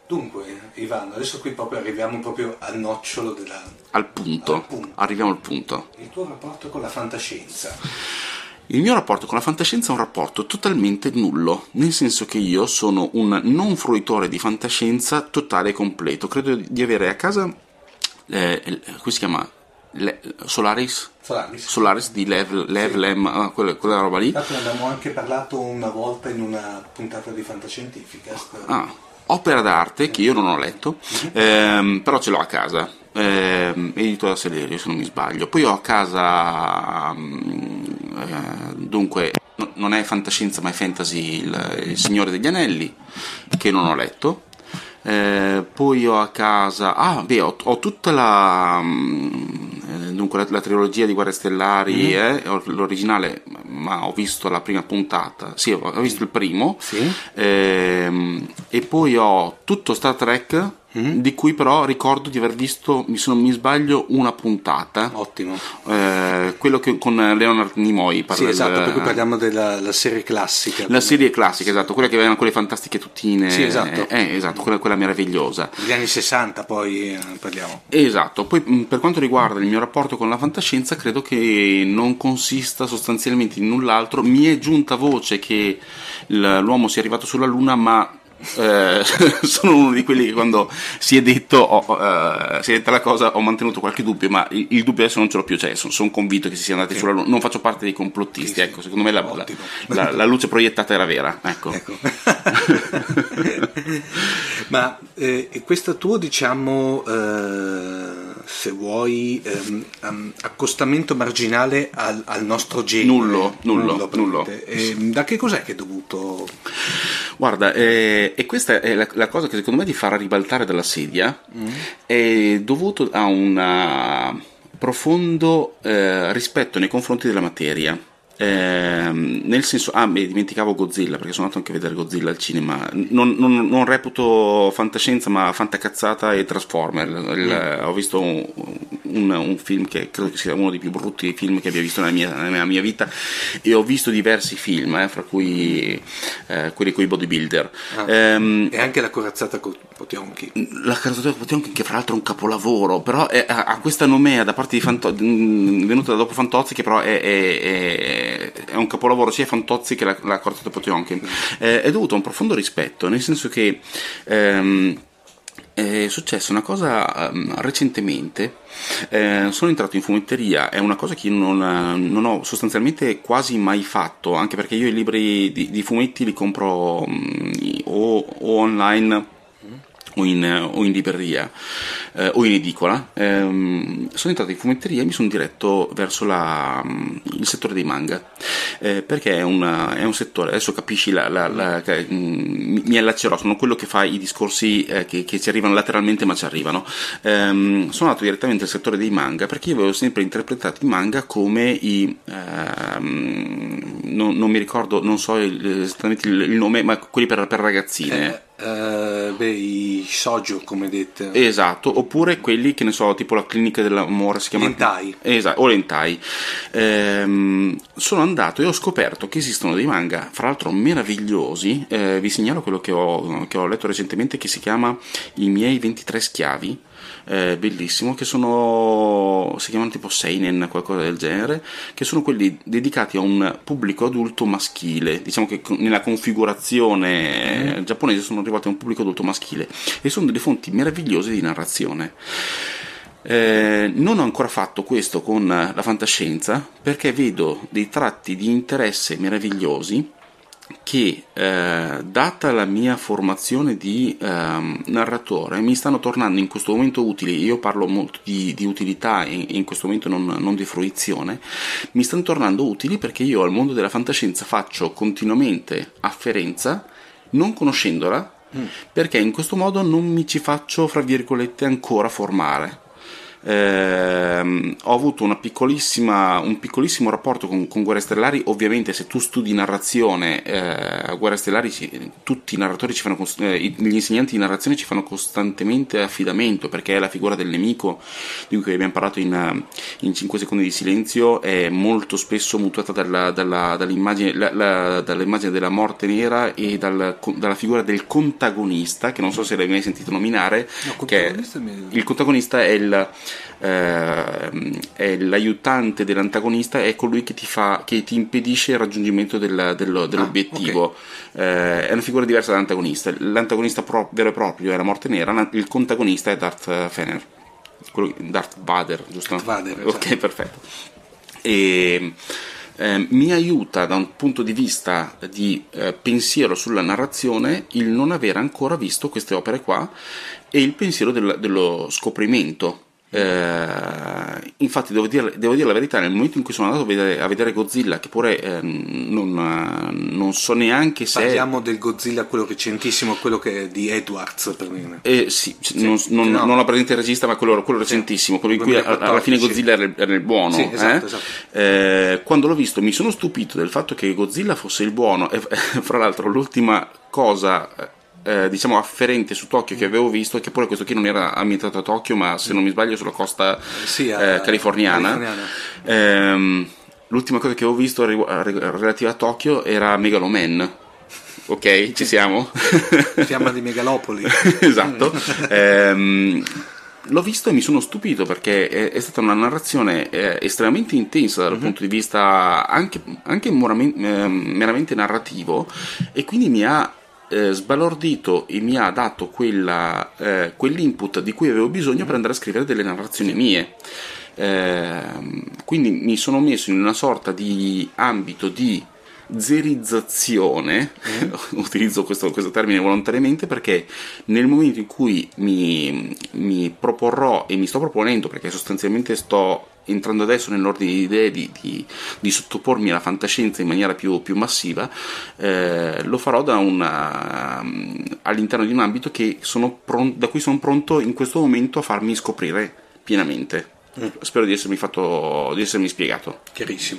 Dunque, Ivano, adesso qui proprio arriviamo proprio al nocciolo della... Al punto, al punto. Arriviamo al punto. Il tuo rapporto con la fantascienza. Il mio rapporto con la fantascienza è un rapporto totalmente nullo, nel senso che io sono un non fruitore di fantascienza totale e completo. Credo di avere a casa, eh, come si chiama? Le, Solaris? Solaris. Solaris di Lev, Lev sì. Lem, ah, quella, quella roba lì. Infatti ne abbiamo anche parlato una volta in una puntata di Fantascientificast. Ah, opera d'arte che io non ho letto, ehm, però ce l'ho a casa, ehm, edito da Selerio se non mi sbaglio. Poi ho a casa, eh, dunque, no, non è fantascienza ma è fantasy, il, il Signore degli Anelli, che non ho letto. Eh, poi ho a casa, ah beh, ho, ho tutta la, eh, dunque la, la trilogia di Guerre Stellari, mm-hmm. eh, l'originale, ma ho visto la prima puntata, sì, ho, ho visto il primo, sì. eh, e poi ho tutto Star Trek, mm-hmm. di cui però ricordo di aver visto, se non mi sbaglio, una puntata. Ottimo. Eh, quello che con Leonard Nimoy parla. Sì, esatto, del, per cui parliamo della la serie classica. La serie classica, esatto, quella che avevano quelle fantastiche tuttine. Sì, esatto. Eh, esatto, quella, quella meravigliosa. Degli anni sessanta poi eh, parliamo. Esatto, poi per quanto riguarda il mio rapporto con la fantascienza, credo che non consista sostanzialmente in null'altro. Mi è giunta voce che l'uomo sia arrivato sulla Luna, ma Eh, sono uno di quelli che quando si è detto oh, uh, si è detta la cosa ho mantenuto qualche dubbio, ma il, il dubbio adesso non ce l'ho più, cioè sono, sono convinto che si sia andati sì. sulla Luna, non faccio parte dei complottisti, sì, ecco, secondo me la, la, la, la luce proiettata era vera, ecco, ecco. Ma eh, questo tuo, diciamo, eh, se vuoi, ehm, um, accostamento marginale al, al nostro genere, nullo, nullo, nullo, nullo. Eh, da che cos'è che è dovuto? Guarda, eh, e questa è la, la cosa che secondo me ti farà ribaltare dalla sedia, mm. è dovuto a un profondo eh, rispetto nei confronti della materia. Eh, nel senso, ah, beh, dimenticavo Godzilla, perché sono andato anche a vedere Godzilla al cinema. Non, non, non reputo fantascienza, ma fantacazzata e Transformer. Il, mm. Ho visto un, un, un film che credo che sia uno dei più brutti film che abbia visto nella mia, nella mia vita, e ho visto diversi film, eh, fra cui eh, quelli con i bodybuilder. Ah, ehm, e anche la corazzata con Potionchi. La corazzata con Potionchi, che fra l'altro è un capolavoro, però è, ha, ha questa nomea da parte di Fantozzi, venuta da dopo Fantozzi, che però è, è, è è un capolavoro sia Fantozzi che la, la Corazzata Potionkin. Eh, è dovuto a un profondo rispetto, nel senso che ehm, è successa una cosa um, recentemente. Eh, sono entrato in fumetteria, è una cosa che io non, non ho sostanzialmente quasi mai fatto, anche perché io i libri di, di fumetti li compro um, o, o online o in, o in libreria eh, o in edicola. Eh, sono entrato in fumetteria e mi sono diretto verso la, il settore dei manga, eh, perché è, una, è un settore, adesso capisci la, la, la, che, mm, mi allaccerò, sono quello che fa i discorsi eh, che, che ci arrivano lateralmente ma ci arrivano. Eh, sono andato direttamente al settore dei manga perché io avevo sempre interpretato i manga come i ehm, non, non mi ricordo, non so il, esattamente il, il nome, ma quelli per, per ragazzine. Eh. Uh, beh, i shoujo, come dite. Esatto, oppure quelli che ne so, tipo la clinica dell'amore, si chiama Hentai. Esatto, o l'hentai. Ehm, sono andato e ho scoperto che esistono dei manga, fra l'altro meravigliosi. Eh, vi segnalo quello che ho, che ho letto recentemente, che si chiama I miei ventitré schiavi. Eh, bellissimo, che sono, si chiamano tipo seinen, qualcosa del genere, che sono quelli dedicati a un pubblico adulto maschile, diciamo che nella configurazione mm. giapponese sono arrivati a un pubblico adulto maschile, e sono delle fonti meravigliose di narrazione. Eh, non ho ancora fatto questo con la fantascienza, perché vedo dei tratti di interesse meravigliosi che, eh, data la mia formazione di eh, narratore, mi stanno tornando in questo momento utili. Io parlo molto di, di utilità e in questo momento non, non di fruizione. Mi stanno tornando utili perché io al mondo della fantascienza faccio continuamente afferenza, non conoscendola, mm. perché in questo modo non mi ci faccio, fra virgolette, ancora formare. eh, ho avuto una piccolissima, un piccolissimo rapporto con, con Guerre Stellari. Ovviamente se tu studi narrazione eh, a Guerre Stellari ci, tutti i narratori ci fanno eh, gli insegnanti di narrazione ci fanno costantemente affidamento, perché la figura del nemico di cui abbiamo parlato in, in cinque secondi di silenzio è molto spesso mutuata dalla, dalla, dall'immagine, la, la, dall'immagine della morte nera e dal, dalla figura del contagonista, che non so se l'hai mai sentito nominare. No, che mi... il contagonista è il eh, è l'aiutante dell'antagonista, è colui che ti fa, che ti impedisce il raggiungimento del, del, dell'obiettivo. Ah, okay. eh, è una figura diversa dall'antagonista. L'antagonista pro, vero e proprio è la morte nera, il contagonista è Darth Fener, quello, Darth Vader, giusto? Darth Vader, ok, esatto. Perfetto. E eh, mi aiuta da un punto di vista di eh, pensiero sulla narrazione il non aver ancora visto queste opere qua, e il pensiero del, dello scoprimento. Eh, infatti devo dire, devo dire la verità, nel momento in cui sono andato a vedere, a vedere Godzilla, che pure eh, non, non so neanche se parliamo del Godzilla quello recentissimo, quello che è di Edwards per me. Eh, sì, sì, non, non, no. non ho presente il regista, ma quello, quello recentissimo, quello in cui alla fine Godzilla era il, era il buono. Sì, esatto, eh? esatto. Eh, quando l'ho visto mi sono stupito del fatto che Godzilla fosse il buono, e fra l'altro l'ultima cosa Eh, diciamo afferente su Tokyo che avevo visto, che pure questo qui non era ambientato a Tokyo, ma se non mi sbaglio sulla costa sì, eh, californiana, californiana. Eh, l'ultima cosa che avevo visto relativa a Tokyo era Megaloman. Ok, ci siamo? Fiamma di Megalopoli. Esatto. eh, L'ho visto e mi sono stupito, perché è, è stata una narrazione eh, estremamente intensa dal mm-hmm. punto di vista anche, anche moramente, eh, meramente narrativo, e quindi mi ha Eh, sbalordito e mi ha dato quella, eh, quell'input di cui avevo bisogno per andare a scrivere delle narrazioni mie. Eh, quindi mi sono messo in una sorta di ambito di zerizzazione, mm. utilizzo questo, questo termine volontariamente, perché nel momento in cui mi, mi proporrò e mi sto proponendo, perché sostanzialmente sto entrando adesso nell'ordine di idee di, di, di sottopormi alla fantascienza in maniera più, più massiva, eh, lo farò da una, all'interno di un ambito che sono pron- da cui sono pronto in questo momento a farmi scoprire pienamente. Mm. Spero di essermi fatto, di essermi spiegato. Chiarissimo.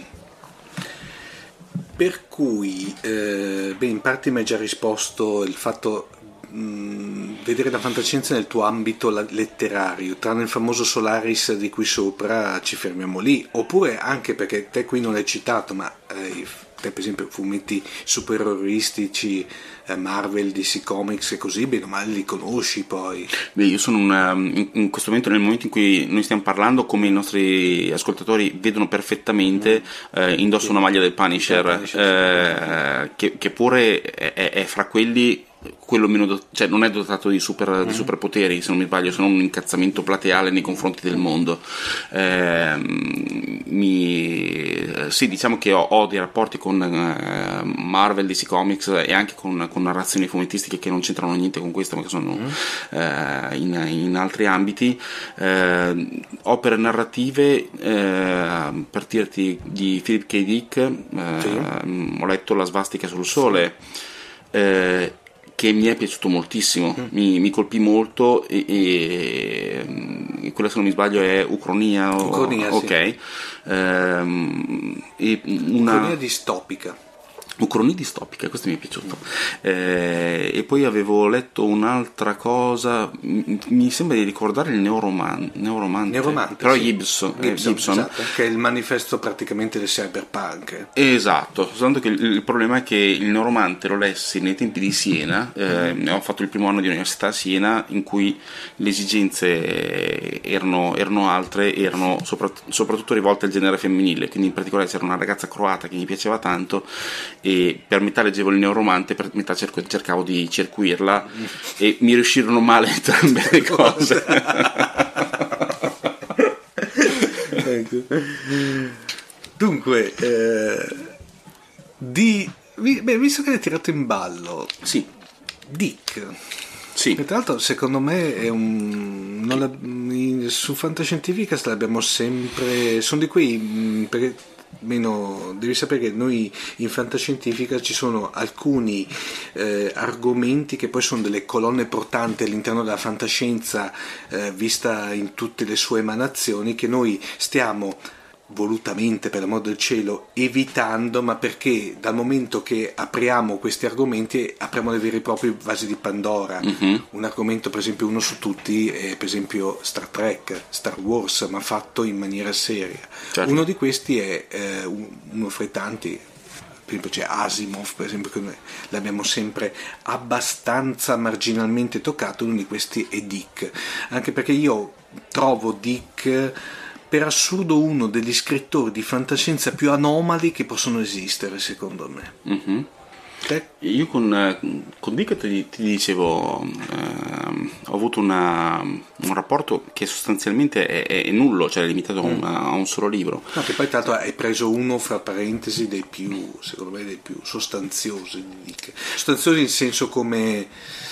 Per cui, eh, beh, in parte mi hai già risposto il fatto mh, vedere la fantascienza nel tuo ambito letterario, tranne il famoso Solaris di qui sopra ci fermiamo lì, oppure anche perché te qui non l'hai citato, ma eh, te per esempio fumetti supererroistici, eh, Marvel, D C Comics e così, bene o male li conosci poi? Beh, io sono una, in, in questo momento, nel momento in cui noi stiamo parlando, come i nostri ascoltatori vedono perfettamente, mm. eh, indosso sì. una maglia del Punisher, Punisher eh, sì. che, che pure è, è, è fra quelli quello meno dot- cioè non è dotato di super mm. di superpoteri, se non mi sbaglio, se non un incazzamento plateale nei confronti del mondo. Eh, mi, sì, diciamo che ho, ho dei rapporti con eh, Marvel, D C Comics e anche con, con narrazioni fumettistiche che non c'entrano niente con questo, ma che sono mm. eh, in, in altri ambiti. Eh, opere narrative, eh, per dirti, di Philip K. Dick, eh, sì. ho letto La svastica sul sole, eh, che mi è piaciuto moltissimo, mm. mi, mi colpì molto, e, e, e quella, se non mi sbaglio, è Ucronia, o, Ucronia ok, sì. ehm, e una Ucronia distopica. Ucronia distopica, questo mi è piaciuto. Eh, e poi avevo letto un'altra cosa, mi, mi sembra di ricordare il Neoroman, Neuromante, Neuromante però sì. Gibson, Gibson, eh, Gibson. Esatto, che è il manifesto praticamente del cyberpunk. Esatto, soltanto che il, il problema è che il Neuromante lo lessi nei tempi di Siena, eh, mm. ho fatto il primo anno di università a Siena, in cui le esigenze erano, erano altre, erano soprattutto, soprattutto rivolte al genere femminile, quindi in particolare c'era una ragazza croata che mi piaceva tanto, e per metà leggevo il Neuromante, per metà cerco, cercavo di circuirla, mm. e mi riuscirono male entrambe le cose. Ecco. Dunque, eh, di, beh, visto che l'hai tirato in ballo, sì. Dick, sì. tra l'altro secondo me è un non la, su Fantascientificast l'abbiamo sempre, sono di quei, perché meno, devi sapere che noi in fantascientifica ci sono alcuni eh, argomenti che poi sono delle colonne portanti all'interno della fantascienza eh, vista in tutte le sue emanazioni, che noi stiamo volutamente, per l'amor del cielo, evitando, ma perché dal momento che apriamo questi argomenti apriamo dei veri e propri vasi di Pandora. Mm-hmm. Un argomento, per esempio, uno su tutti è per esempio Star Trek, Star Wars, ma fatto in maniera seria. Certo. Uno di questi è eh, uno fra i tanti, per esempio c'è Asimov, per esempio, che noi l'abbiamo sempre abbastanza marginalmente toccato. Uno di questi è Dick, anche perché io trovo Dick per assurdo uno degli scrittori di fantascienza più anomali che possono esistere, secondo me. Mm-hmm. Eh? Io con, con Dick ti, ti dicevo, eh, ho avuto una, un rapporto che sostanzialmente è, è nullo, cioè è limitato mm. a, una, a un solo libro. No, che poi tra l'altro hai preso uno, fra parentesi, dei più, secondo me, dei più sostanziosi di Dick. Sostanziosi in senso come...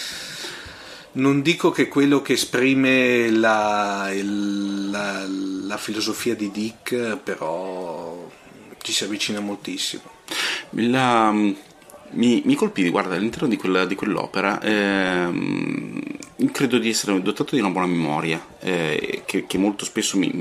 Non dico che quello che esprime la, la, la filosofia di Dick, però ci si avvicina moltissimo. La, mi, mi colpì, guarda, all'interno di, quella, di quell'opera, ehm, credo di essere dotato di una buona memoria, eh, che, che molto spesso mi,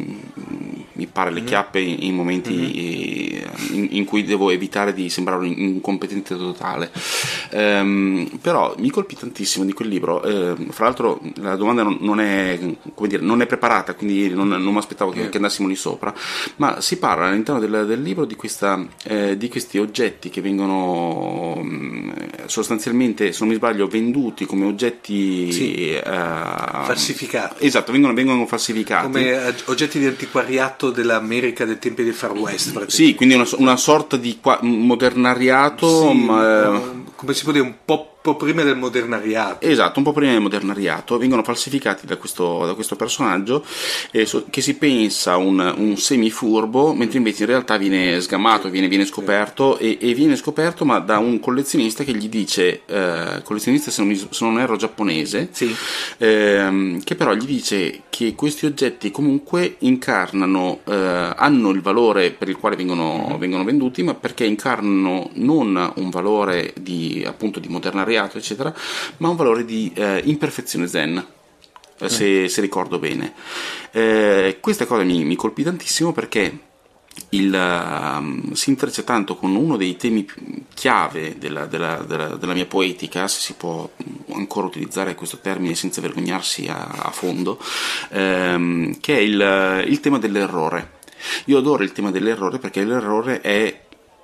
mi pare le chiappe in, in momenti mm-hmm. in, in cui devo evitare di sembrare un incompetente totale. Um, però mi colpì tantissimo di quel libro. Uh, fra l'altro la domanda non, non è, come dire, non è preparata, quindi non, non mi aspettavo che, che andassimo lì sopra, ma si parla all'interno del, del libro di, questa, eh, di questi oggetti che vengono um, sostanzialmente, se non mi sbaglio, venduti come oggetti sì. uh, falsificati. Esatto, vengono, vengono falsificati come oggetti di antiquariato dell'America del tempi del Far West. Sì, quindi una, una sorta di qua, modernariato, sì, ma, un, come si può dire, un po', po' prima del modernariato. Esatto, un po' prima del modernariato, vengono falsificati da questo, da questo personaggio eh, so, che si pensa un, un semifurbo, mentre invece in realtà viene sgamato, viene, viene scoperto e, e viene scoperto ma da un collezionista che gli dice, eh, collezionista se non, mi, se non erro giapponese, sì. eh, che però gli dice che questi oggetti comunque incarnano, eh, hanno il valore per il quale vengono, mm-hmm. vengono venduti, ma perché incarnano non un valore di, appunto, di modernariato eccetera, ma un valore di eh, imperfezione zen, eh, se, se ricordo bene. Eh, questa cosa mi, mi colpì tantissimo perché il, uh, si intreccia tanto con uno dei temi chiave della, della, della, della mia poetica, se si può ancora utilizzare questo termine senza vergognarsi a, a fondo, ehm, che è il, il tema dell'errore. Io adoro il tema dell'errore perché l'errore è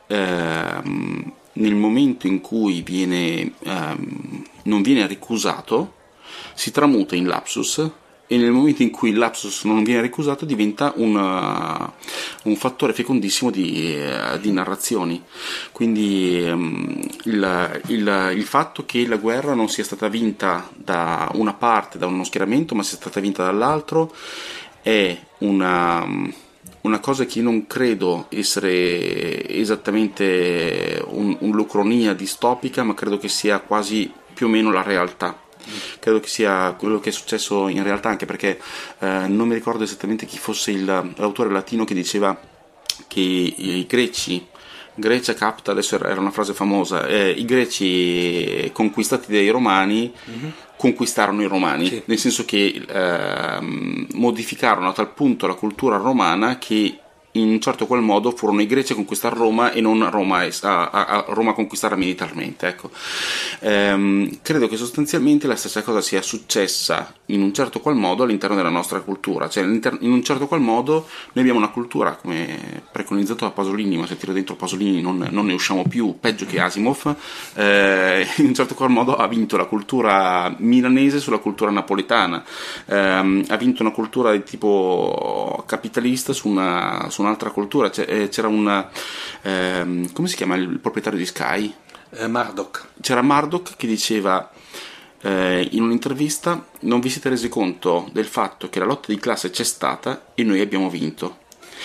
ehm, nel momento in cui viene, ehm, non viene ricusato, si tramuta in lapsus, e nel momento in cui il lapsus non viene ricusato diventa un, uh, un fattore fecondissimo di, uh, di narrazioni. Quindi um, il, il, il fatto che la guerra non sia stata vinta da una parte, da uno schieramento, ma sia stata vinta dall'altro, è una... una cosa che io non credo essere esattamente un, un'ucronia distopica, ma credo che sia quasi più o meno la realtà. Credo che sia quello che è successo in realtà, anche perché eh, non mi ricordo esattamente chi fosse il, l'autore latino che diceva che i greci, Grecia capta, adesso era una frase famosa, eh, i greci conquistati dai romani mm-hmm. conquistarono i romani, sì. Nel senso che eh, modificarono a tal punto la cultura romana che in un certo qual modo furono i greci a conquistare Roma e non Roma a, a, a Roma a conquistarla militarmente, ecco. Ehm, credo che sostanzialmente la stessa cosa sia successa in un certo qual modo all'interno della nostra cultura, cioè in un certo qual modo noi abbiamo una cultura come preconizzato da Pasolini, ma se tiro dentro Pasolini non, non ne usciamo più, peggio che Asimov, eh, in un certo qual modo ha vinto la cultura milanese sulla cultura napoletana, ehm, ha vinto una cultura di tipo capitalista su una su un'altra cultura. C'era una ehm, come si chiama il proprietario di Sky? Eh, Murdoch. C'era Murdoch che diceva eh, in un'intervista: non vi siete resi conto del fatto che la lotta di classe c'è stata e noi abbiamo vinto.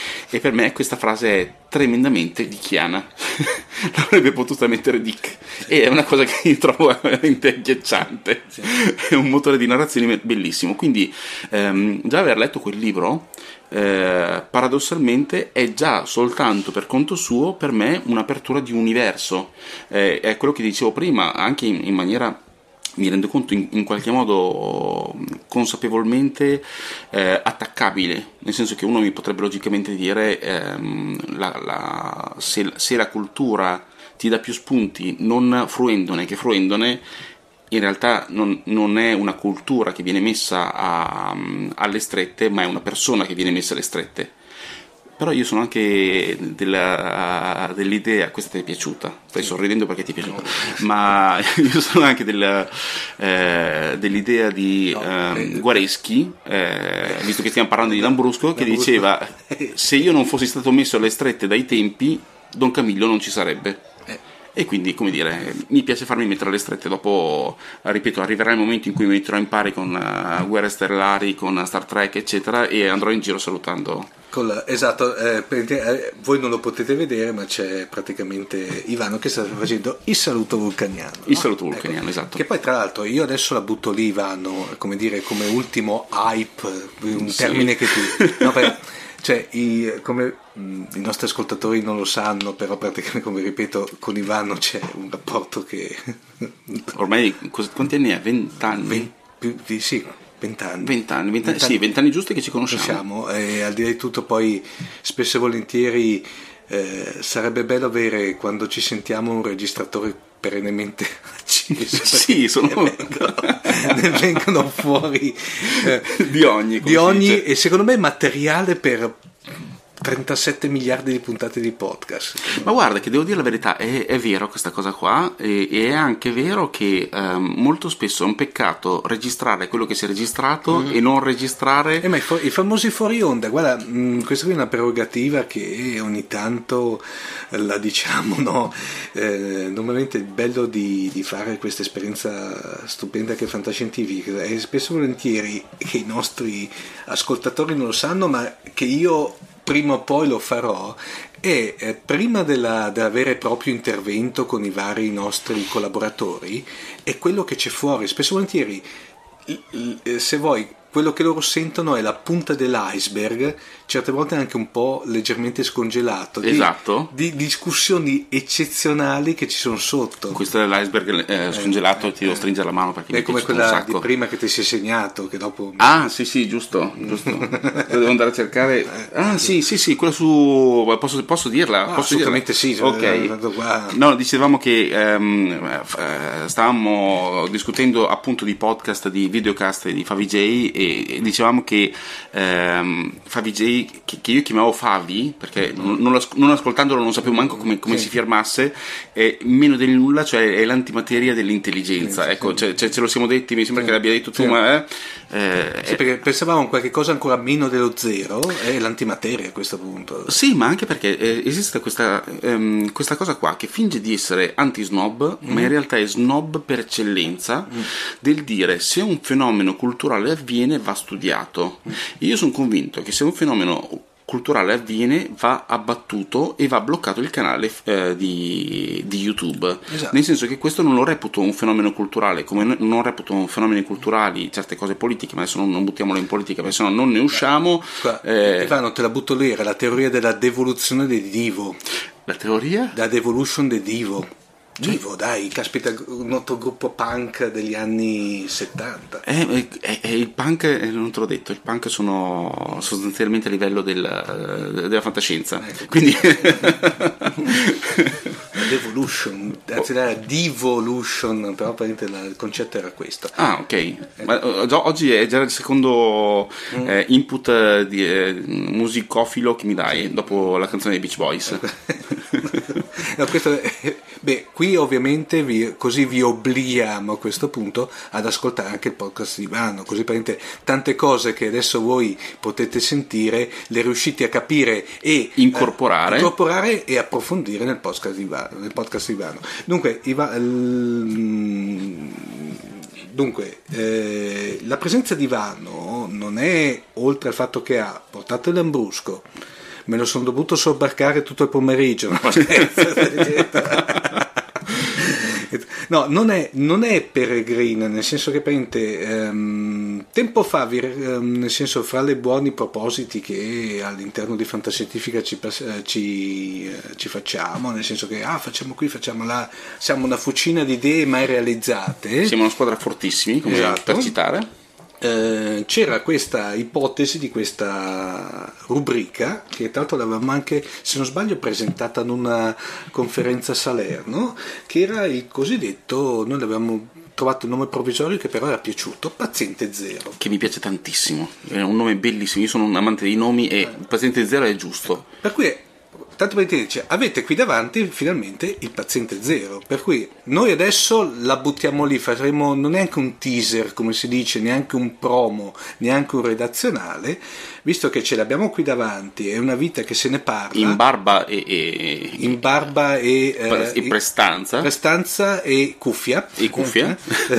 e per me questa frase è tremendamente dicchiana. L'avrebbe potuta mettere Dick, e è una cosa che io trovo veramente agghiacciante. Sì. È un motore di narrazione bellissimo, quindi ehm, già aver letto quel libro eh, paradossalmente è già soltanto per conto suo per me un'apertura di universo, eh, è quello che dicevo prima, anche in, in maniera, mi rendo conto, in, in qualche modo consapevolmente eh, attaccabile, nel senso che uno mi potrebbe logicamente dire ehm, la, la, se, se la cultura ti dà più spunti non fruendone che fruendone, in realtà non, non è una cultura che viene messa a, alle strette, ma è una persona che viene messa alle strette. Però io sono anche della, dell'idea, questa ti è piaciuta, stai sì. sorridendo perché ti è piaciuta, no. ma io sono anche del, eh, dell'idea di no, eh, Guareschi, eh, visto che stiamo parlando di Lambrusco, che diceva: se io non fossi stato messo alle strette dai tempi, Don Camillo non ci sarebbe. E quindi, come dire, mi piace farmi mettere alle strette. Dopo, ripeto, arriverà il momento in cui mi metterò in pari con uh, Guerre Stellari, con Star Trek, eccetera, e andrò in giro salutando. La, esatto, eh, eh, voi non lo potete vedere, ma c'è praticamente Ivano che sta facendo il saluto vulcaniano. Il no? saluto vulcaniano, ecco. esatto. Che poi, tra l'altro, io adesso la butto lì, Ivano, come dire, come ultimo hype, un sì. termine che tu... No, perché, cioè, i, come mh, i nostri ascoltatori non lo sanno, però praticamente, come ripeto, con Ivano c'è un rapporto che... Ormai, quanti anni è? Vent'anni? Ven, più, sì, vent'anni. Vent'anni, vent'anni, sì, vent'anni giusti che ci conosciamo. conosciamo e al di là di tutto poi, spesso e volentieri, eh, sarebbe bello avere, quando ci sentiamo, un registratore perennemente acceso. Sì, sono... ne vengono, ne vengono fuori eh, di ogni, di ogni e secondo me materiale per trentasette miliardi di puntate di podcast. Ma guarda che devo dire la verità, è, è vero questa cosa qua, e, e è anche vero che um, molto spesso è un peccato registrare quello che si è registrato mm. e non registrare eh, ma i, fu- i famosi fuori onda, guarda, mh, questa qui è una prerogativa che ogni tanto la diciamo, no? Eh, normalmente il bello di, di fare questa esperienza stupenda che è fantascientifica è spesso e volentieri che i nostri ascoltatori non lo sanno, ma che io prima o poi lo farò, e eh, prima della, della vero e proprio intervento con i vari nostri collaboratori è quello che c'è fuori. Spesso e volentieri, se vuoi, quello che loro sentono è la punta dell'iceberg, certe volte anche un po' leggermente scongelato, esatto. di, di discussioni eccezionali che ci sono sotto. Questo è l'iceberg eh, scongelato, eh, ti devo stringere la mano perché è mi come piace quella un sacco. Di prima che ti si è segnato, che dopo ah sì sì giusto giusto devo andare a cercare. Ah sì sì sì quella su posso, posso dirla? Ah, posso assolutamente dirla? Sì, ok. No, dicevamo che ehm, stavamo discutendo appunto di podcast, di videocast di Favij, e, e dicevamo che ehm, Favij, che, che io chiamavo Favi perché non, non, non ascoltandolo non sapevo manco come, come sì. si firmasse, è meno del nulla, cioè è l'antimateria dell'intelligenza, sì, ecco, sì. Cioè, cioè, ce lo siamo detti, mi sembra sì. che l'abbia detto tu, sì. ma eh, eh, sì, perché pensavamo a qualche cosa ancora meno dello zero, è l'antimateria a questo punto. Sì, ma anche perché eh, esiste questa, ehm, questa cosa qua che finge di essere anti-snob, mm. ma in realtà è snob per eccellenza, mm. del dire se un fenomeno culturale avviene va studiato. Mm. Io sono convinto che se un fenomeno culturale avviene va abbattuto e va bloccato il canale eh, di, di YouTube, esatto. Nel senso che questo non lo reputo un fenomeno culturale, come non reputo un fenomeni culturali certe cose politiche, ma adesso non, non buttiamolo in politica perché sennò non ne usciamo. eh... Ivano, te la butto lì, era la teoria della devoluzione del divo. La teoria? La devolution del divo. Divo, dai, caspita, un noto gruppo punk degli anni settanta. Eh, eh, eh, il punk, eh, non te l'ho detto, il punk sono sostanzialmente a livello del, della fantascienza. Ecco, quindi la devolution, anzi la devolution, però il concetto era questo. Ah, ok. Ma oggi è già il secondo mm. eh, input di, eh, musicofilo che mi dai dopo la canzone dei Beach Boys. No, questo è, beh, qui ovviamente vi, così vi obblighiamo a questo punto ad ascoltare anche il podcast di Ivano, così per tante cose che adesso voi potete sentire le riuscite a capire e incorporare, eh, incorporare e approfondire nel podcast di Ivano, nel podcast di Ivano. Dunque, Iva, l, Dunque, eh, la presenza di Ivano non è, oltre al fatto che ha portato il Lambrusco, me lo sono dovuto sobbarcare tutto il pomeriggio. No, no non, è, non è peregrina, nel senso che ehm, tempo fa, vi, ehm, nel senso, fra le buoni propositi che all'interno di Fantascientifica ci, ci, ci facciamo, nel senso che ah, facciamo qui, facciamo là, siamo una fucina di idee mai realizzate. Siamo una squadra fortissimi, come esatto. per citare. Eh, c'era questa ipotesi di questa rubrica che tra l'altro l'avevamo anche, se non sbaglio, presentata ad una conferenza a Salerno, che era il cosiddetto, noi l'avevamo trovato un nome provvisorio che però era piaciuto, Paziente Zero, che mi piace tantissimo, è un nome bellissimo, io sono un amante dei nomi e Paziente Zero è giusto, per cui tanto per dire, cioè, avete qui davanti finalmente il Paziente Zero, per cui noi adesso la buttiamo lì, faremo non neanche un teaser, come si dice, neanche un promo, neanche un redazionale, visto che ce l'abbiamo qui davanti, è una vita che se ne parla in barba e, e in barba e, eh, e prestanza prestanza e cuffia e cuffia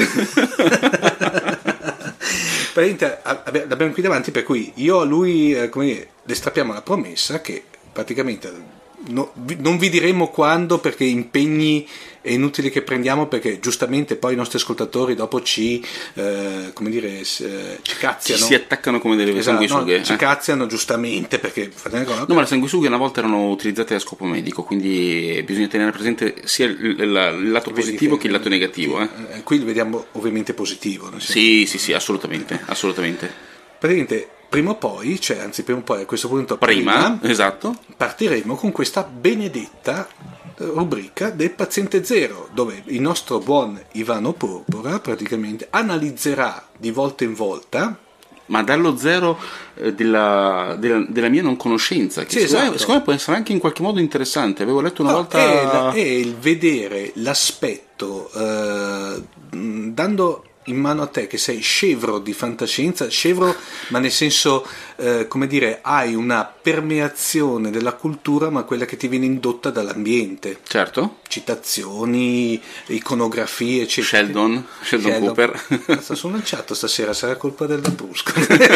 l'abbiamo qui davanti, per cui io a lui eh, come dire, le strappiamo la promessa che praticamente no, vi, non vi diremo quando, perché impegni è inutile che prendiamo, perché giustamente poi i nostri ascoltatori dopo ci eh, come dire eh, ci cazziano, ci si attaccano come delle esatto, sanguisughe no, ci eh. cazziano giustamente perché no, ma le sanguisughe una volta erano utilizzate a scopo medico, quindi bisogna tenere presente sia il, il, il lato Vedi positivo che, che il lato negativo eh. Eh, qui lo vediamo ovviamente positivo, sì sì sì assolutamente assolutamente praticamente prima o poi, cioè anzi prima o poi a questo punto prima, prima esatto, partiremo con questa benedetta rubrica del Paziente Zero, dove il nostro buon Ivano Porpora praticamente analizzerà di volta in volta, ma dallo zero eh, della, della, della mia non conoscenza, che sì, secondo, esatto. me, secondo me può essere anche in qualche modo interessante. Avevo letto una no, volta è, la, è il vedere l'aspetto eh, dando in mano a te che sei scevro di fantascienza, scevro ma nel senso eh, come dire, hai una permeazione della cultura, ma quella che ti viene indotta dall'ambiente, certo, citazioni, iconografie eccetera. Sheldon, Sheldon, Sheldon Cooper sono lanciato stasera, sarà colpa del Lambrusco.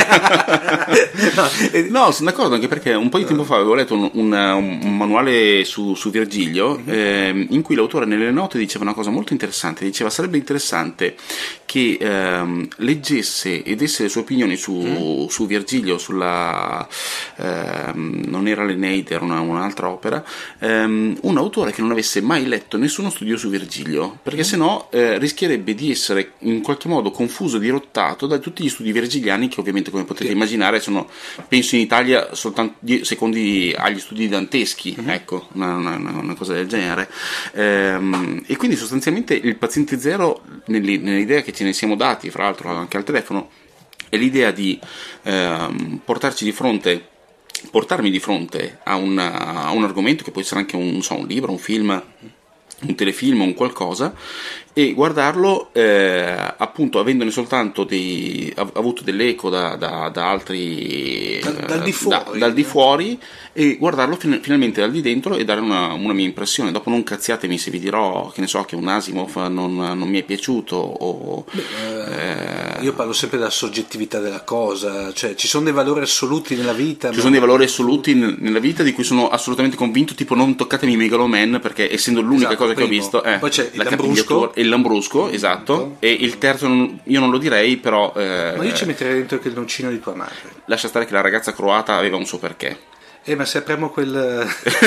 no, eh, no, sono d'accordo, anche perché un po' di tempo fa avevo letto un, un, un manuale su, su Virgilio mm-hmm. eh, in cui l'autore nelle note diceva una cosa molto interessante, diceva sarebbe interessante che ehm, leggesse e desse le sue opinioni su, mm. su Virgilio, sulla ehm, non era l'Eneide, era una, un'altra opera, ehm, un autore che non avesse mai letto nessuno studio su Virgilio, perché mm. sennò eh, rischierebbe di essere in qualche modo confuso, dirottato da tutti gli studi virgiliani, che ovviamente, come potete sì. immaginare, sono, penso in Italia soltanto secondi agli studi danteschi, mm. ecco, una, una, una cosa del genere, ehm, e quindi sostanzialmente il Paziente Zero, nell'idea che ce ne siamo dati, fra l'altro anche al telefono, è l'idea di ehm, portarci di fronte, portarmi di fronte a un, a un argomento che può essere anche un, so, un libro, un film, un telefilm, un qualcosa, e guardarlo eh, appunto avendone soltanto dei, avuto dell'eco da, da, da altri dal, dal, di fuori, da, dal di fuori, e guardarlo fin, finalmente dal di dentro e dare una, una mia impressione. Dopo non cazziatemi se vi dirò che ne so che un Asimov non, non mi è piaciuto o, Beh, eh, io parlo sempre della soggettività della cosa, cioè ci sono dei valori assoluti nella vita, ci ma... sono dei valori assoluti nella vita di cui sono assolutamente convinto, tipo non toccatemi Megaloman, perché essendo l'unica esatto, cosa primo. che ho visto è poi c'è la il Lambrusco, il Lambrusco, esatto, e il terzo non, io non lo direi, però eh, ma io ci metterei dentro anche il noncino di tua madre. Lascia stare che la ragazza croata aveva un suo perché. Eh, ma se apriamo quel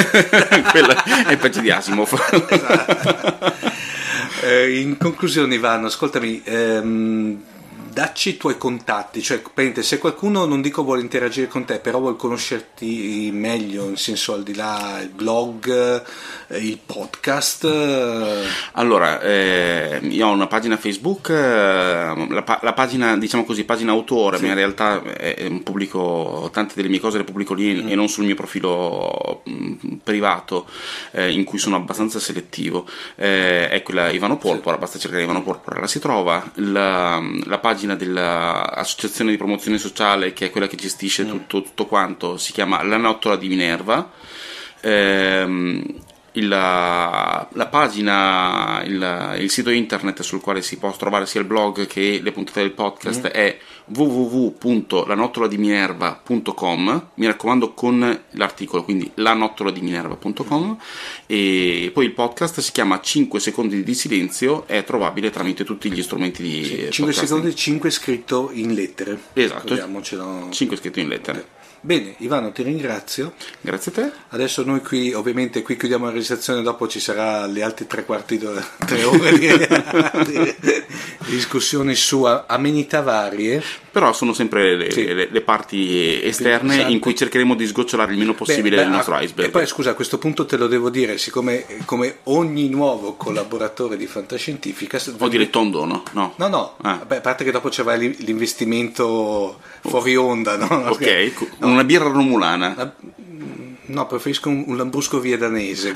quella è peggio di Asimov. Esatto. eh, in conclusione, Ivano, ascoltami, ehm, dacci i tuoi contatti, cioè se qualcuno, non dico vuole interagire con te, però vuole conoscerti meglio, nel senso al di là il blog, il podcast. Allora, eh, io ho una pagina Facebook, eh, la, pa- la pagina, diciamo così, pagina autore, sì. ma in realtà eh, pubblico tante delle mie cose, le pubblico lì mm. e non sul mio profilo mh, privato, eh, in cui sono abbastanza selettivo. Eh, è quella Ivano Porpora, sì. basta cercare Ivano Porpora, la si trova. La, la pagina dell'associazione di promozione sociale, che è quella che gestisce mm. tutto, tutto quanto, si chiama La Nottola di Minerva. Ehm, Il, la pagina, il, il sito internet sul quale si può trovare sia il blog che le puntate del podcast mm. è w w w punto la nottola di minerva punto com, mi raccomando con l'articolo, quindi la nottola di minerva punto com, e poi il podcast si chiama cinque secondi di silenzio, è trovabile tramite tutti gli strumenti di sì, cinque secondi, cinque scritto in lettere, esatto, cinque scritto in lettere. Bene, Ivano, ti ringrazio. Grazie a te. Adesso noi qui, ovviamente, qui chiudiamo la registrazione, dopo ci sarà le altre tre quarti d'ora, tre ore di, di discussioni su amenità varie. Però sono sempre le, sì. le, le parti esterne esatto. in cui cercheremo di sgocciolare il meno possibile beh, beh, il nostro iceberg. E poi scusa, a questo punto te lo devo dire, siccome come ogni nuovo collaboratore di Fantascientifica... O dire tondo, no? No, no, no. Ah. Beh, a parte che dopo c'è l'investimento fuori onda, no? Ok, no. Una birra romulana. No, preferisco un, un lambrusco viedanese.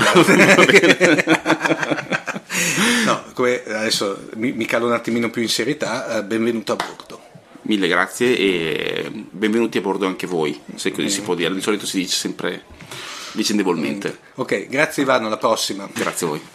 No, come adesso mi, mi calo un attimino più in serietà, benvenuto a bordo. Mille grazie e benvenuti a bordo anche voi, se così mm. si può dire. Di solito si dice sempre vicendevolmente. Mm. Ok, grazie Ivano, alla prossima. Grazie a voi.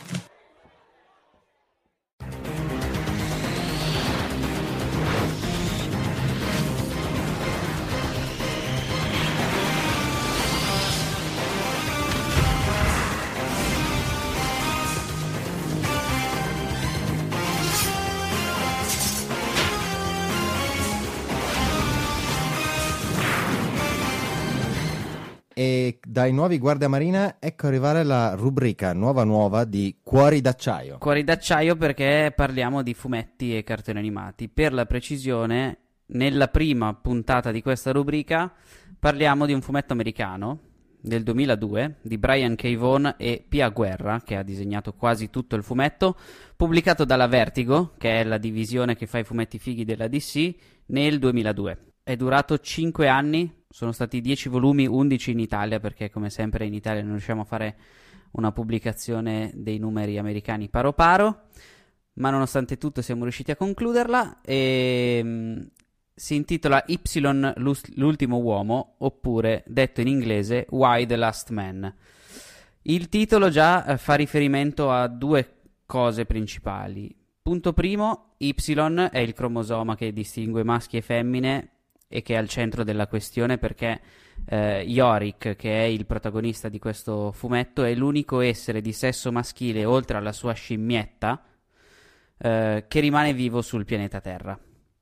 E dai nuovi Guardia Marina ecco arrivare la rubrica nuova nuova di Cuori d'acciaio. Cuori d'acciaio perché parliamo di fumetti e cartoni animati. Per la precisione, nella prima puntata di questa rubrica parliamo di un fumetto americano del duemiladue di Brian K. Vaughan e Pia Guerra, che ha disegnato quasi tutto il fumetto, pubblicato dalla Vertigo, che è la divisione che fa i fumetti fighi della D C, nel duemiladue. È durato cinque anni, sono stati dieci volumi, undici in Italia, perché come sempre in Italia non riusciamo a fare una pubblicazione dei numeri americani paro paro, ma nonostante tutto siamo riusciti a concluderla e mh, si intitola Y l'ultimo uomo, oppure detto in inglese Why the Last Man. Il titolo già eh, fa riferimento a due cose principali. Punto primo, Y è il cromosoma che distingue maschi e femmine e che è al centro della questione, perché eh, Yorick, che è il protagonista di questo fumetto, è l'unico essere di sesso maschile, oltre alla sua scimmietta, eh, che rimane vivo sul pianeta Terra.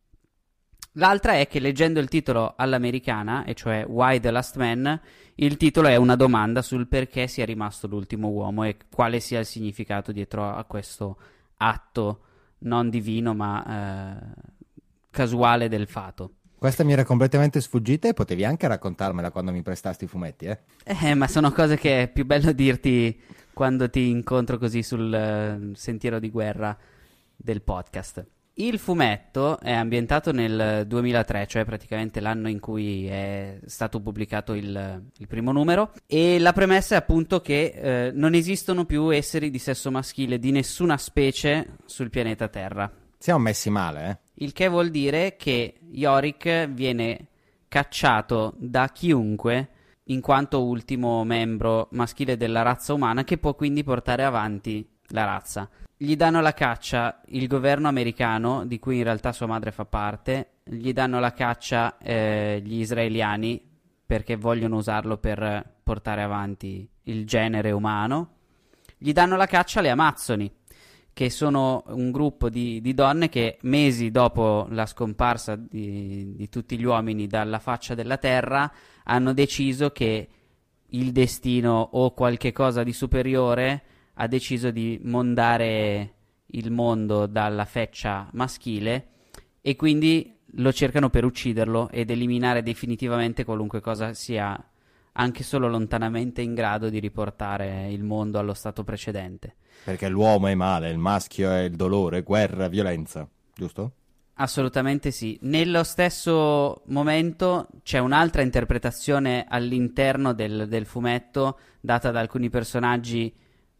L'altra è che, leggendo il titolo all'americana, e cioè Why the Last Man, il titolo è una domanda sul perché sia rimasto l'ultimo uomo e quale sia il significato dietro a questo atto non divino ma eh, casuale del fato. Questa mi era completamente sfuggita e potevi anche raccontarmela quando mi prestasti i fumetti, eh? Eh, ma sono cose che è più bello dirti quando ti incontro così sul uh, sentiero di guerra del podcast. Il fumetto è ambientato nel duemilatré, cioè praticamente l'anno in cui è stato pubblicato il, il primo numero, e la premessa è appunto che eh, non esistono più esseri di sesso maschile di nessuna specie sul pianeta Terra. Siamo messi male, eh? Il che vuol dire che Yorick viene cacciato da chiunque in quanto ultimo membro maschile della razza umana, che può quindi portare avanti la razza. Gli danno la caccia il governo americano, di cui in realtà sua madre fa parte, gli danno la caccia eh, gli israeliani, perché vogliono usarlo per portare avanti il genere umano, gli danno la caccia le Amazzoni, che sono un gruppo di, di donne che mesi dopo la scomparsa di, di tutti gli uomini dalla faccia della terra hanno deciso che il destino o qualche cosa di superiore ha deciso di mondare il mondo dalla feccia maschile e quindi lo cercano per ucciderlo ed eliminare definitivamente qualunque cosa sia anche solo lontanamente in grado di riportare il mondo allo stato precedente. Perché l'uomo è male, il maschio è il dolore, guerra, violenza, giusto? Assolutamente sì. Nello stesso momento c'è un'altra interpretazione all'interno del, del fumetto data da alcuni personaggi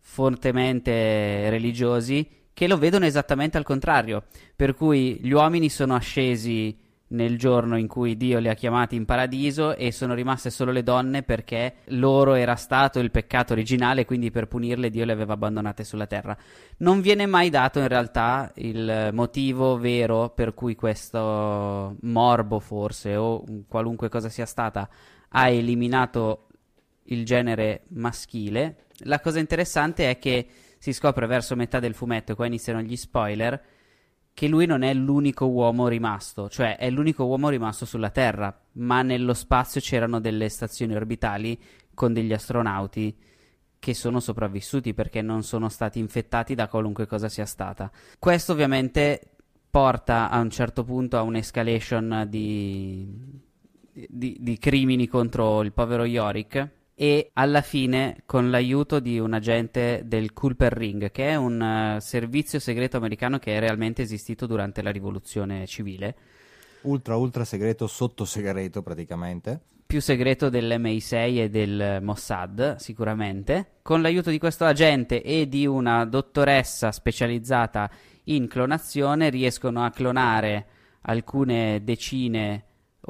fortemente religiosi che lo vedono esattamente al contrario, per cui gli uomini sono ascesi nel giorno in cui Dio li ha chiamati in paradiso e sono rimaste solo le donne perché loro era stato il peccato originale, quindi per punirle Dio le aveva abbandonate sulla terra. Non viene mai dato in realtà il motivo vero per cui questo morbo, forse, o qualunque cosa sia stata, ha eliminato il genere maschile. La cosa interessante è che si scopre verso metà del fumetto, e qua iniziano gli spoiler, che lui non è l'unico uomo rimasto, cioè è l'unico uomo rimasto sulla Terra, ma nello spazio c'erano delle stazioni orbitali con degli astronauti che sono sopravvissuti perché non sono stati infettati da qualunque cosa sia stata. Questo ovviamente porta a un certo punto a un'escalation di, di, di crimini contro il povero Yorick, e alla fine, con l'aiuto di un agente del Culper Ring, che è un uh, servizio segreto americano che è realmente esistito durante la rivoluzione civile, ultra ultra segreto, sotto segreto praticamente, più segreto dell'M I sei e del Mossad sicuramente, con l'aiuto di questo agente e di una dottoressa specializzata in clonazione riescono a clonare alcune decine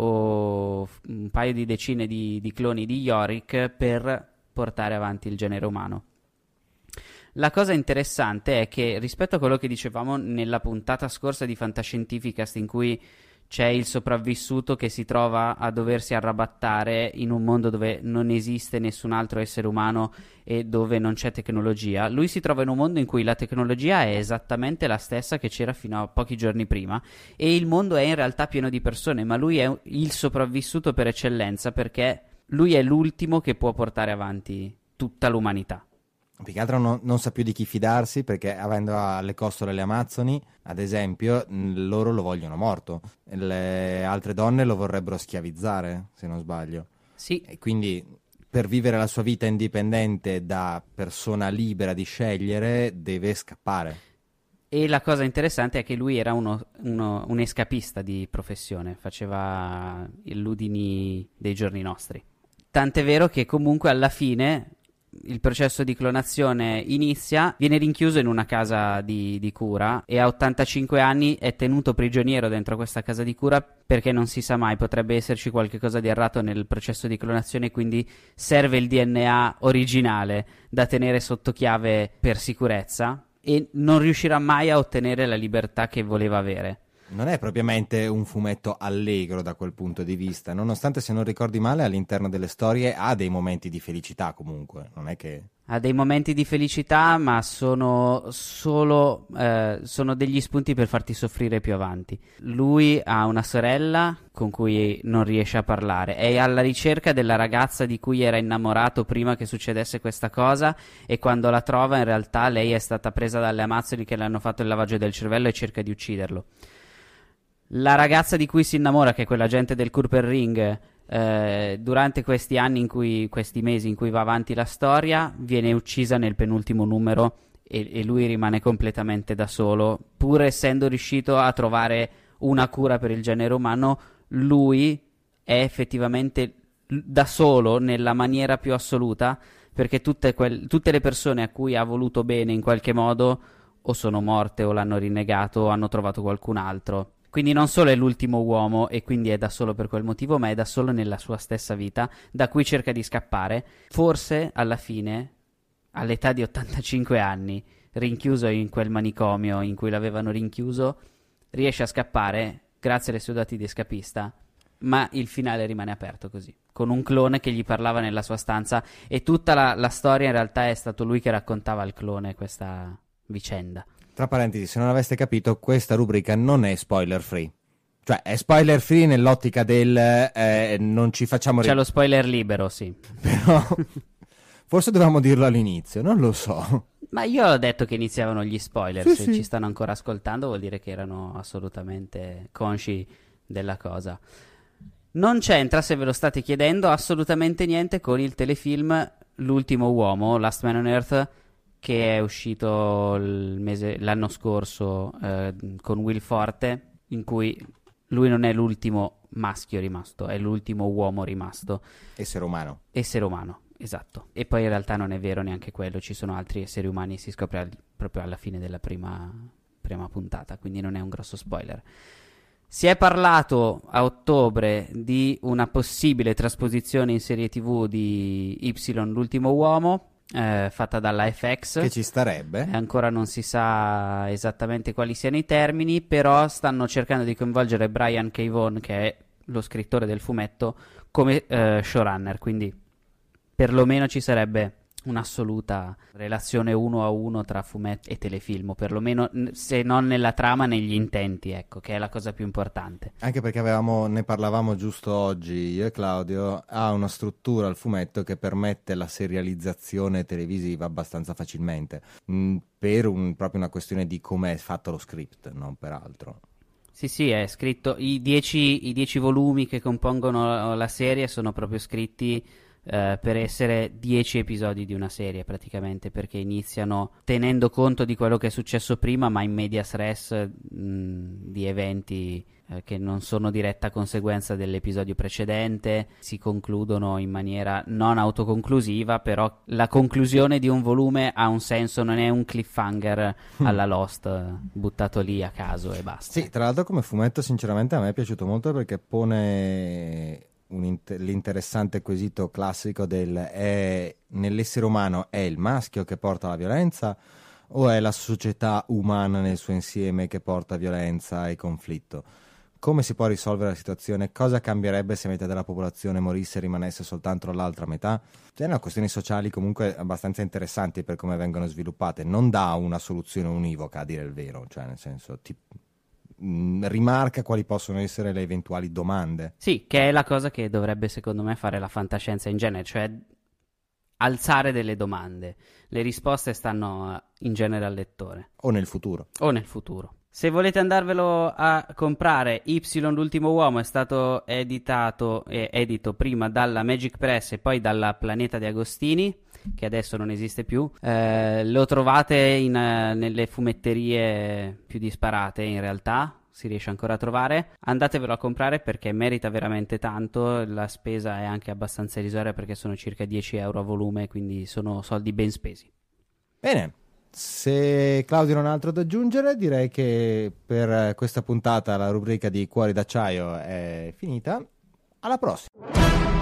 o un paio di decine di, di cloni di Yorick per portare avanti il genere umano. La cosa interessante è che rispetto a quello che dicevamo nella puntata scorsa di Fantascientificast, in cui c'è il sopravvissuto che si trova a doversi arrabattare in un mondo dove non esiste nessun altro essere umano e dove non c'è tecnologia, lui si trova in un mondo in cui la tecnologia è esattamente la stessa che c'era fino a pochi giorni prima e il mondo è in realtà pieno di persone, ma lui è il sopravvissuto per eccellenza perché lui è l'ultimo che può portare avanti tutta l'umanità. Più che altro non, non sa più di chi fidarsi, perché avendo alle costole le Amazzoni, ad esempio, loro lo vogliono morto. Le altre donne lo vorrebbero schiavizzare, se non sbaglio. Sì. E quindi per vivere la sua vita indipendente da persona libera di scegliere deve scappare. E la cosa interessante è che lui era uno, uno, un escapista di professione, faceva i ludini dei giorni nostri. Tant'è vero che comunque alla fine il processo di clonazione inizia, viene rinchiuso in una casa di, di cura e a ottantacinque anni è tenuto prigioniero dentro questa casa di cura perché non si sa mai, potrebbe esserci qualche cosa di errato nel processo di clonazione, quindi serve il D N A originale da tenere sotto chiave per sicurezza e non riuscirà mai a ottenere la libertà che voleva avere. Non è propriamente un fumetto allegro da quel punto di vista, nonostante, se non ricordi male, all'interno delle storie ha dei momenti di felicità comunque, non è che... Ha dei momenti di felicità, ma sono solo eh, sono degli spunti per farti soffrire più avanti. Lui ha una sorella con cui non riesce a parlare, è alla ricerca della ragazza di cui era innamorato prima che succedesse questa cosa e quando la trova in realtà lei è stata presa dalle Amazzoni che le hanno fatto il lavaggio del cervello e cerca di ucciderlo. La ragazza di cui si innamora, che è quell'agente del Culper Ring, eh, durante questi anni, in cui, questi mesi in cui va avanti la storia, viene uccisa nel penultimo numero e, e lui rimane completamente da solo. Pur essendo riuscito a trovare una cura per il genere umano, lui è effettivamente da solo nella maniera più assoluta, perché tutte, quel, tutte le persone a cui ha voluto bene in qualche modo o sono morte o l'hanno rinnegato o hanno trovato qualcun altro. Quindi non solo è l'ultimo uomo e quindi è da solo per quel motivo, ma è da solo nella sua stessa vita, da cui cerca di scappare. Forse alla fine, all'età di ottantacinque anni, rinchiuso in quel manicomio in cui l'avevano rinchiuso, riesce a scappare grazie alle sue doti di escapista, ma il finale rimane aperto così, con un clone che gli parlava nella sua stanza e tutta la, la storia in realtà è stato lui che raccontava al clone questa vicenda. Tra parentesi, se non aveste capito, questa rubrica non è spoiler free. Cioè, è spoiler free nell'ottica del eh, non ci facciamo... C'è ri- lo spoiler libero, sì. Però forse dovevamo dirlo all'inizio, non lo so. Ma io ho detto che iniziavano gli spoiler, sì, se sì. ci stanno ancora ascoltando vuol dire che erano assolutamente consci della cosa. Non c'entra, se ve lo state chiedendo, assolutamente niente con il telefilm L'ultimo uomo, Last Man on Earth, che è uscito il mese, l'anno scorso eh, con Will Forte, in cui lui non è l'ultimo maschio rimasto, è l'ultimo uomo rimasto. Essere umano. Essere umano, esatto. E poi in realtà non è vero neanche quello, ci sono altri esseri umani, si scopre al, proprio alla fine della prima, prima puntata, quindi non è un grosso spoiler. Si è parlato a ottobre di una possibile trasposizione in serie tv di Y, l'ultimo uomo, eh, fatta dalla F X. Che ci starebbe. Eh, ancora non si sa esattamente quali siano i termini, però stanno cercando di coinvolgere Brian K. Vaughan, che è lo scrittore del fumetto, come eh, showrunner, quindi perlomeno ci sarebbe un'assoluta relazione uno a uno tra fumetto e telefilm, o perlomeno se non nella trama, negli intenti, ecco, che è la cosa più importante. Anche perché avevamo, ne parlavamo giusto oggi io e Claudio, ha una struttura al fumetto che permette la serializzazione televisiva abbastanza facilmente, mh, per un, proprio una questione di come è fatto lo script, non per altro. Sì, sì, è scritto, i dieci, i dieci volumi che compongono la serie sono proprio scritti Uh, per essere dieci episodi di una serie praticamente, perché iniziano tenendo conto di quello che è successo prima, ma in medias res mh, di eventi uh, che non sono diretta conseguenza dell'episodio precedente, si concludono in maniera non autoconclusiva, però la conclusione di un volume ha un senso, non è un cliffhanger alla Lost uh, buttato lì a caso e basta. Sì, tra l'altro come fumetto sinceramente a me è piaciuto molto, perché pone un inter- l'interessante quesito classico del è, nell'essere umano è il maschio che porta la violenza o è la società umana nel suo insieme che porta violenza e conflitto? Come si può risolvere la situazione? Cosa cambierebbe se metà della popolazione morisse e rimanesse soltanto l'altra metà? C'è una questioni sociali comunque abbastanza interessanti per come vengono sviluppate, non dà una soluzione univoca a dire il vero, cioè nel senso ti rimarca quali possono essere le eventuali domande. Sì, che è la cosa che dovrebbe secondo me fare la fantascienza in genere, cioè alzare delle domande. Le risposte stanno in genere al lettore. O nel futuro. O nel futuro. Se volete andarvelo a comprare, Y, l'ultimo uomo è stato editato e edito prima dalla Magic Press e poi dalla Planeta di Agostini, che adesso non esiste più. Eh, lo trovate in, uh, nelle fumetterie più disparate, in realtà si riesce ancora a trovare. Andatevelo a comprare perché merita veramente tanto. La spesa è anche abbastanza irrisoria perché sono circa dieci euro a volume, quindi sono soldi ben spesi. Bene, se Claudio non ha altro da aggiungere, direi che per questa puntata la rubrica di Cuori d'acciaio è finita. Alla prossima.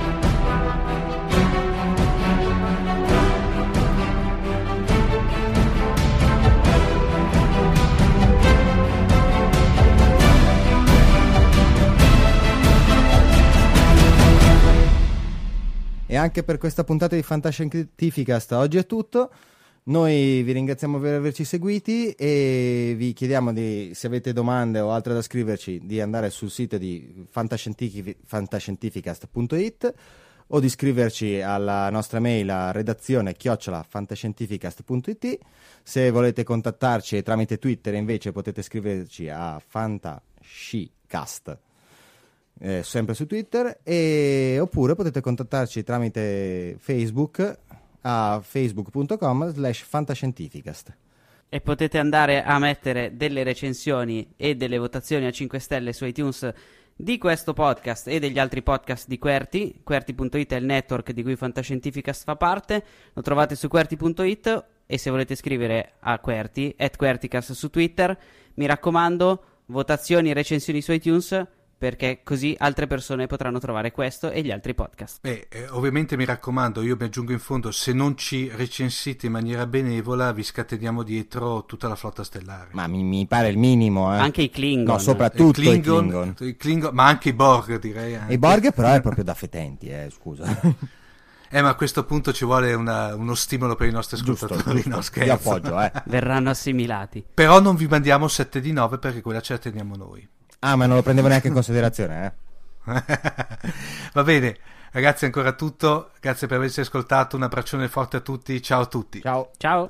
E anche per questa puntata di Fantascientificast oggi è tutto. Noi vi ringraziamo per averci seguiti e vi chiediamo di, se avete domande o altre da scriverci, di andare sul sito di fantascientificast punto it o di scriverci alla nostra mail a redazione chiocciola fantascientificast punto it. Se volete contattarci tramite Twitter invece potete scriverci a fantascicast. Eh, sempre su Twitter, e oppure potete contattarci tramite Facebook a facebook punto com slash fantascientificast. E potete andare a mettere delle recensioni e delle votazioni a cinque stelle su iTunes di questo podcast e degli altri podcast di Qwerty. Qwerty punto it è il network di cui Fantascientificast fa parte, lo trovate su Qwerty punto it, e se volete scrivere a Qwerty, at Qwertycast su Twitter, mi raccomando, votazioni e recensioni su iTunes, perché così altre persone potranno trovare questo e gli altri podcast. Beh, eh, ovviamente mi raccomando, io mi aggiungo in fondo, se non ci recensite in maniera benevola vi scateniamo dietro tutta la flotta stellare. Ma mi, mi pare il minimo, eh. Anche i Klingon. No, soprattutto i Klingon, i Klingon. I Klingon, ma anche i Borg, direi. Anche. I Borg però è proprio da fetenti, eh, scusa. Eh, ma a questo punto ci vuole una, uno stimolo per i nostri ascoltatori, giusto, giusto. no scherzo. Vi appoggio, eh. Verranno assimilati. Però non vi mandiamo sette di nove perché quella ce la teniamo noi. Ah, ma non lo prendevo neanche in considerazione, eh. Va bene, ragazzi, ancora tutto, grazie per averci ascoltato, un abbraccione forte a tutti, ciao a tutti. Ciao. Ciao.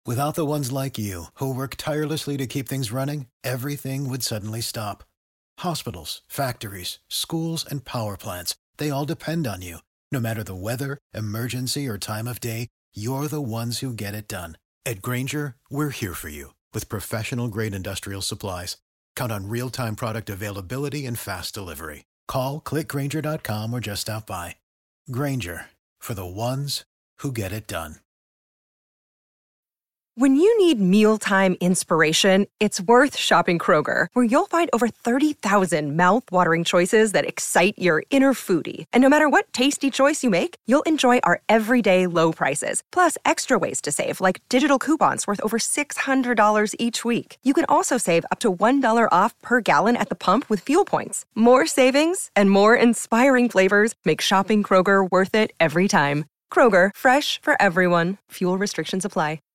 Without the ones like you, who work tirelessly to keep things running, everything would suddenly stop. Hospitals, factories, schools, and power plants, they all depend on you. No matter the weather, emergency, or time of day, you're the ones who get it done. At Grainger, we're here for you with professional-grade industrial supplies. Count on real-time product availability and fast delivery. Call, click Grainger dot com, or just stop by. Grainger, for the ones who get it done. When you need mealtime inspiration, it's worth shopping Kroger, where you'll find over thirty thousand mouth-watering choices that excite your inner foodie. And no matter what tasty choice you make, you'll enjoy our everyday low prices, plus extra ways to save, like digital coupons worth over six hundred dollars each week. You can also save up to one dollar off per gallon at the pump with fuel points. More savings and more inspiring flavors make shopping Kroger worth it every time. Kroger, fresh for everyone. Fuel restrictions apply.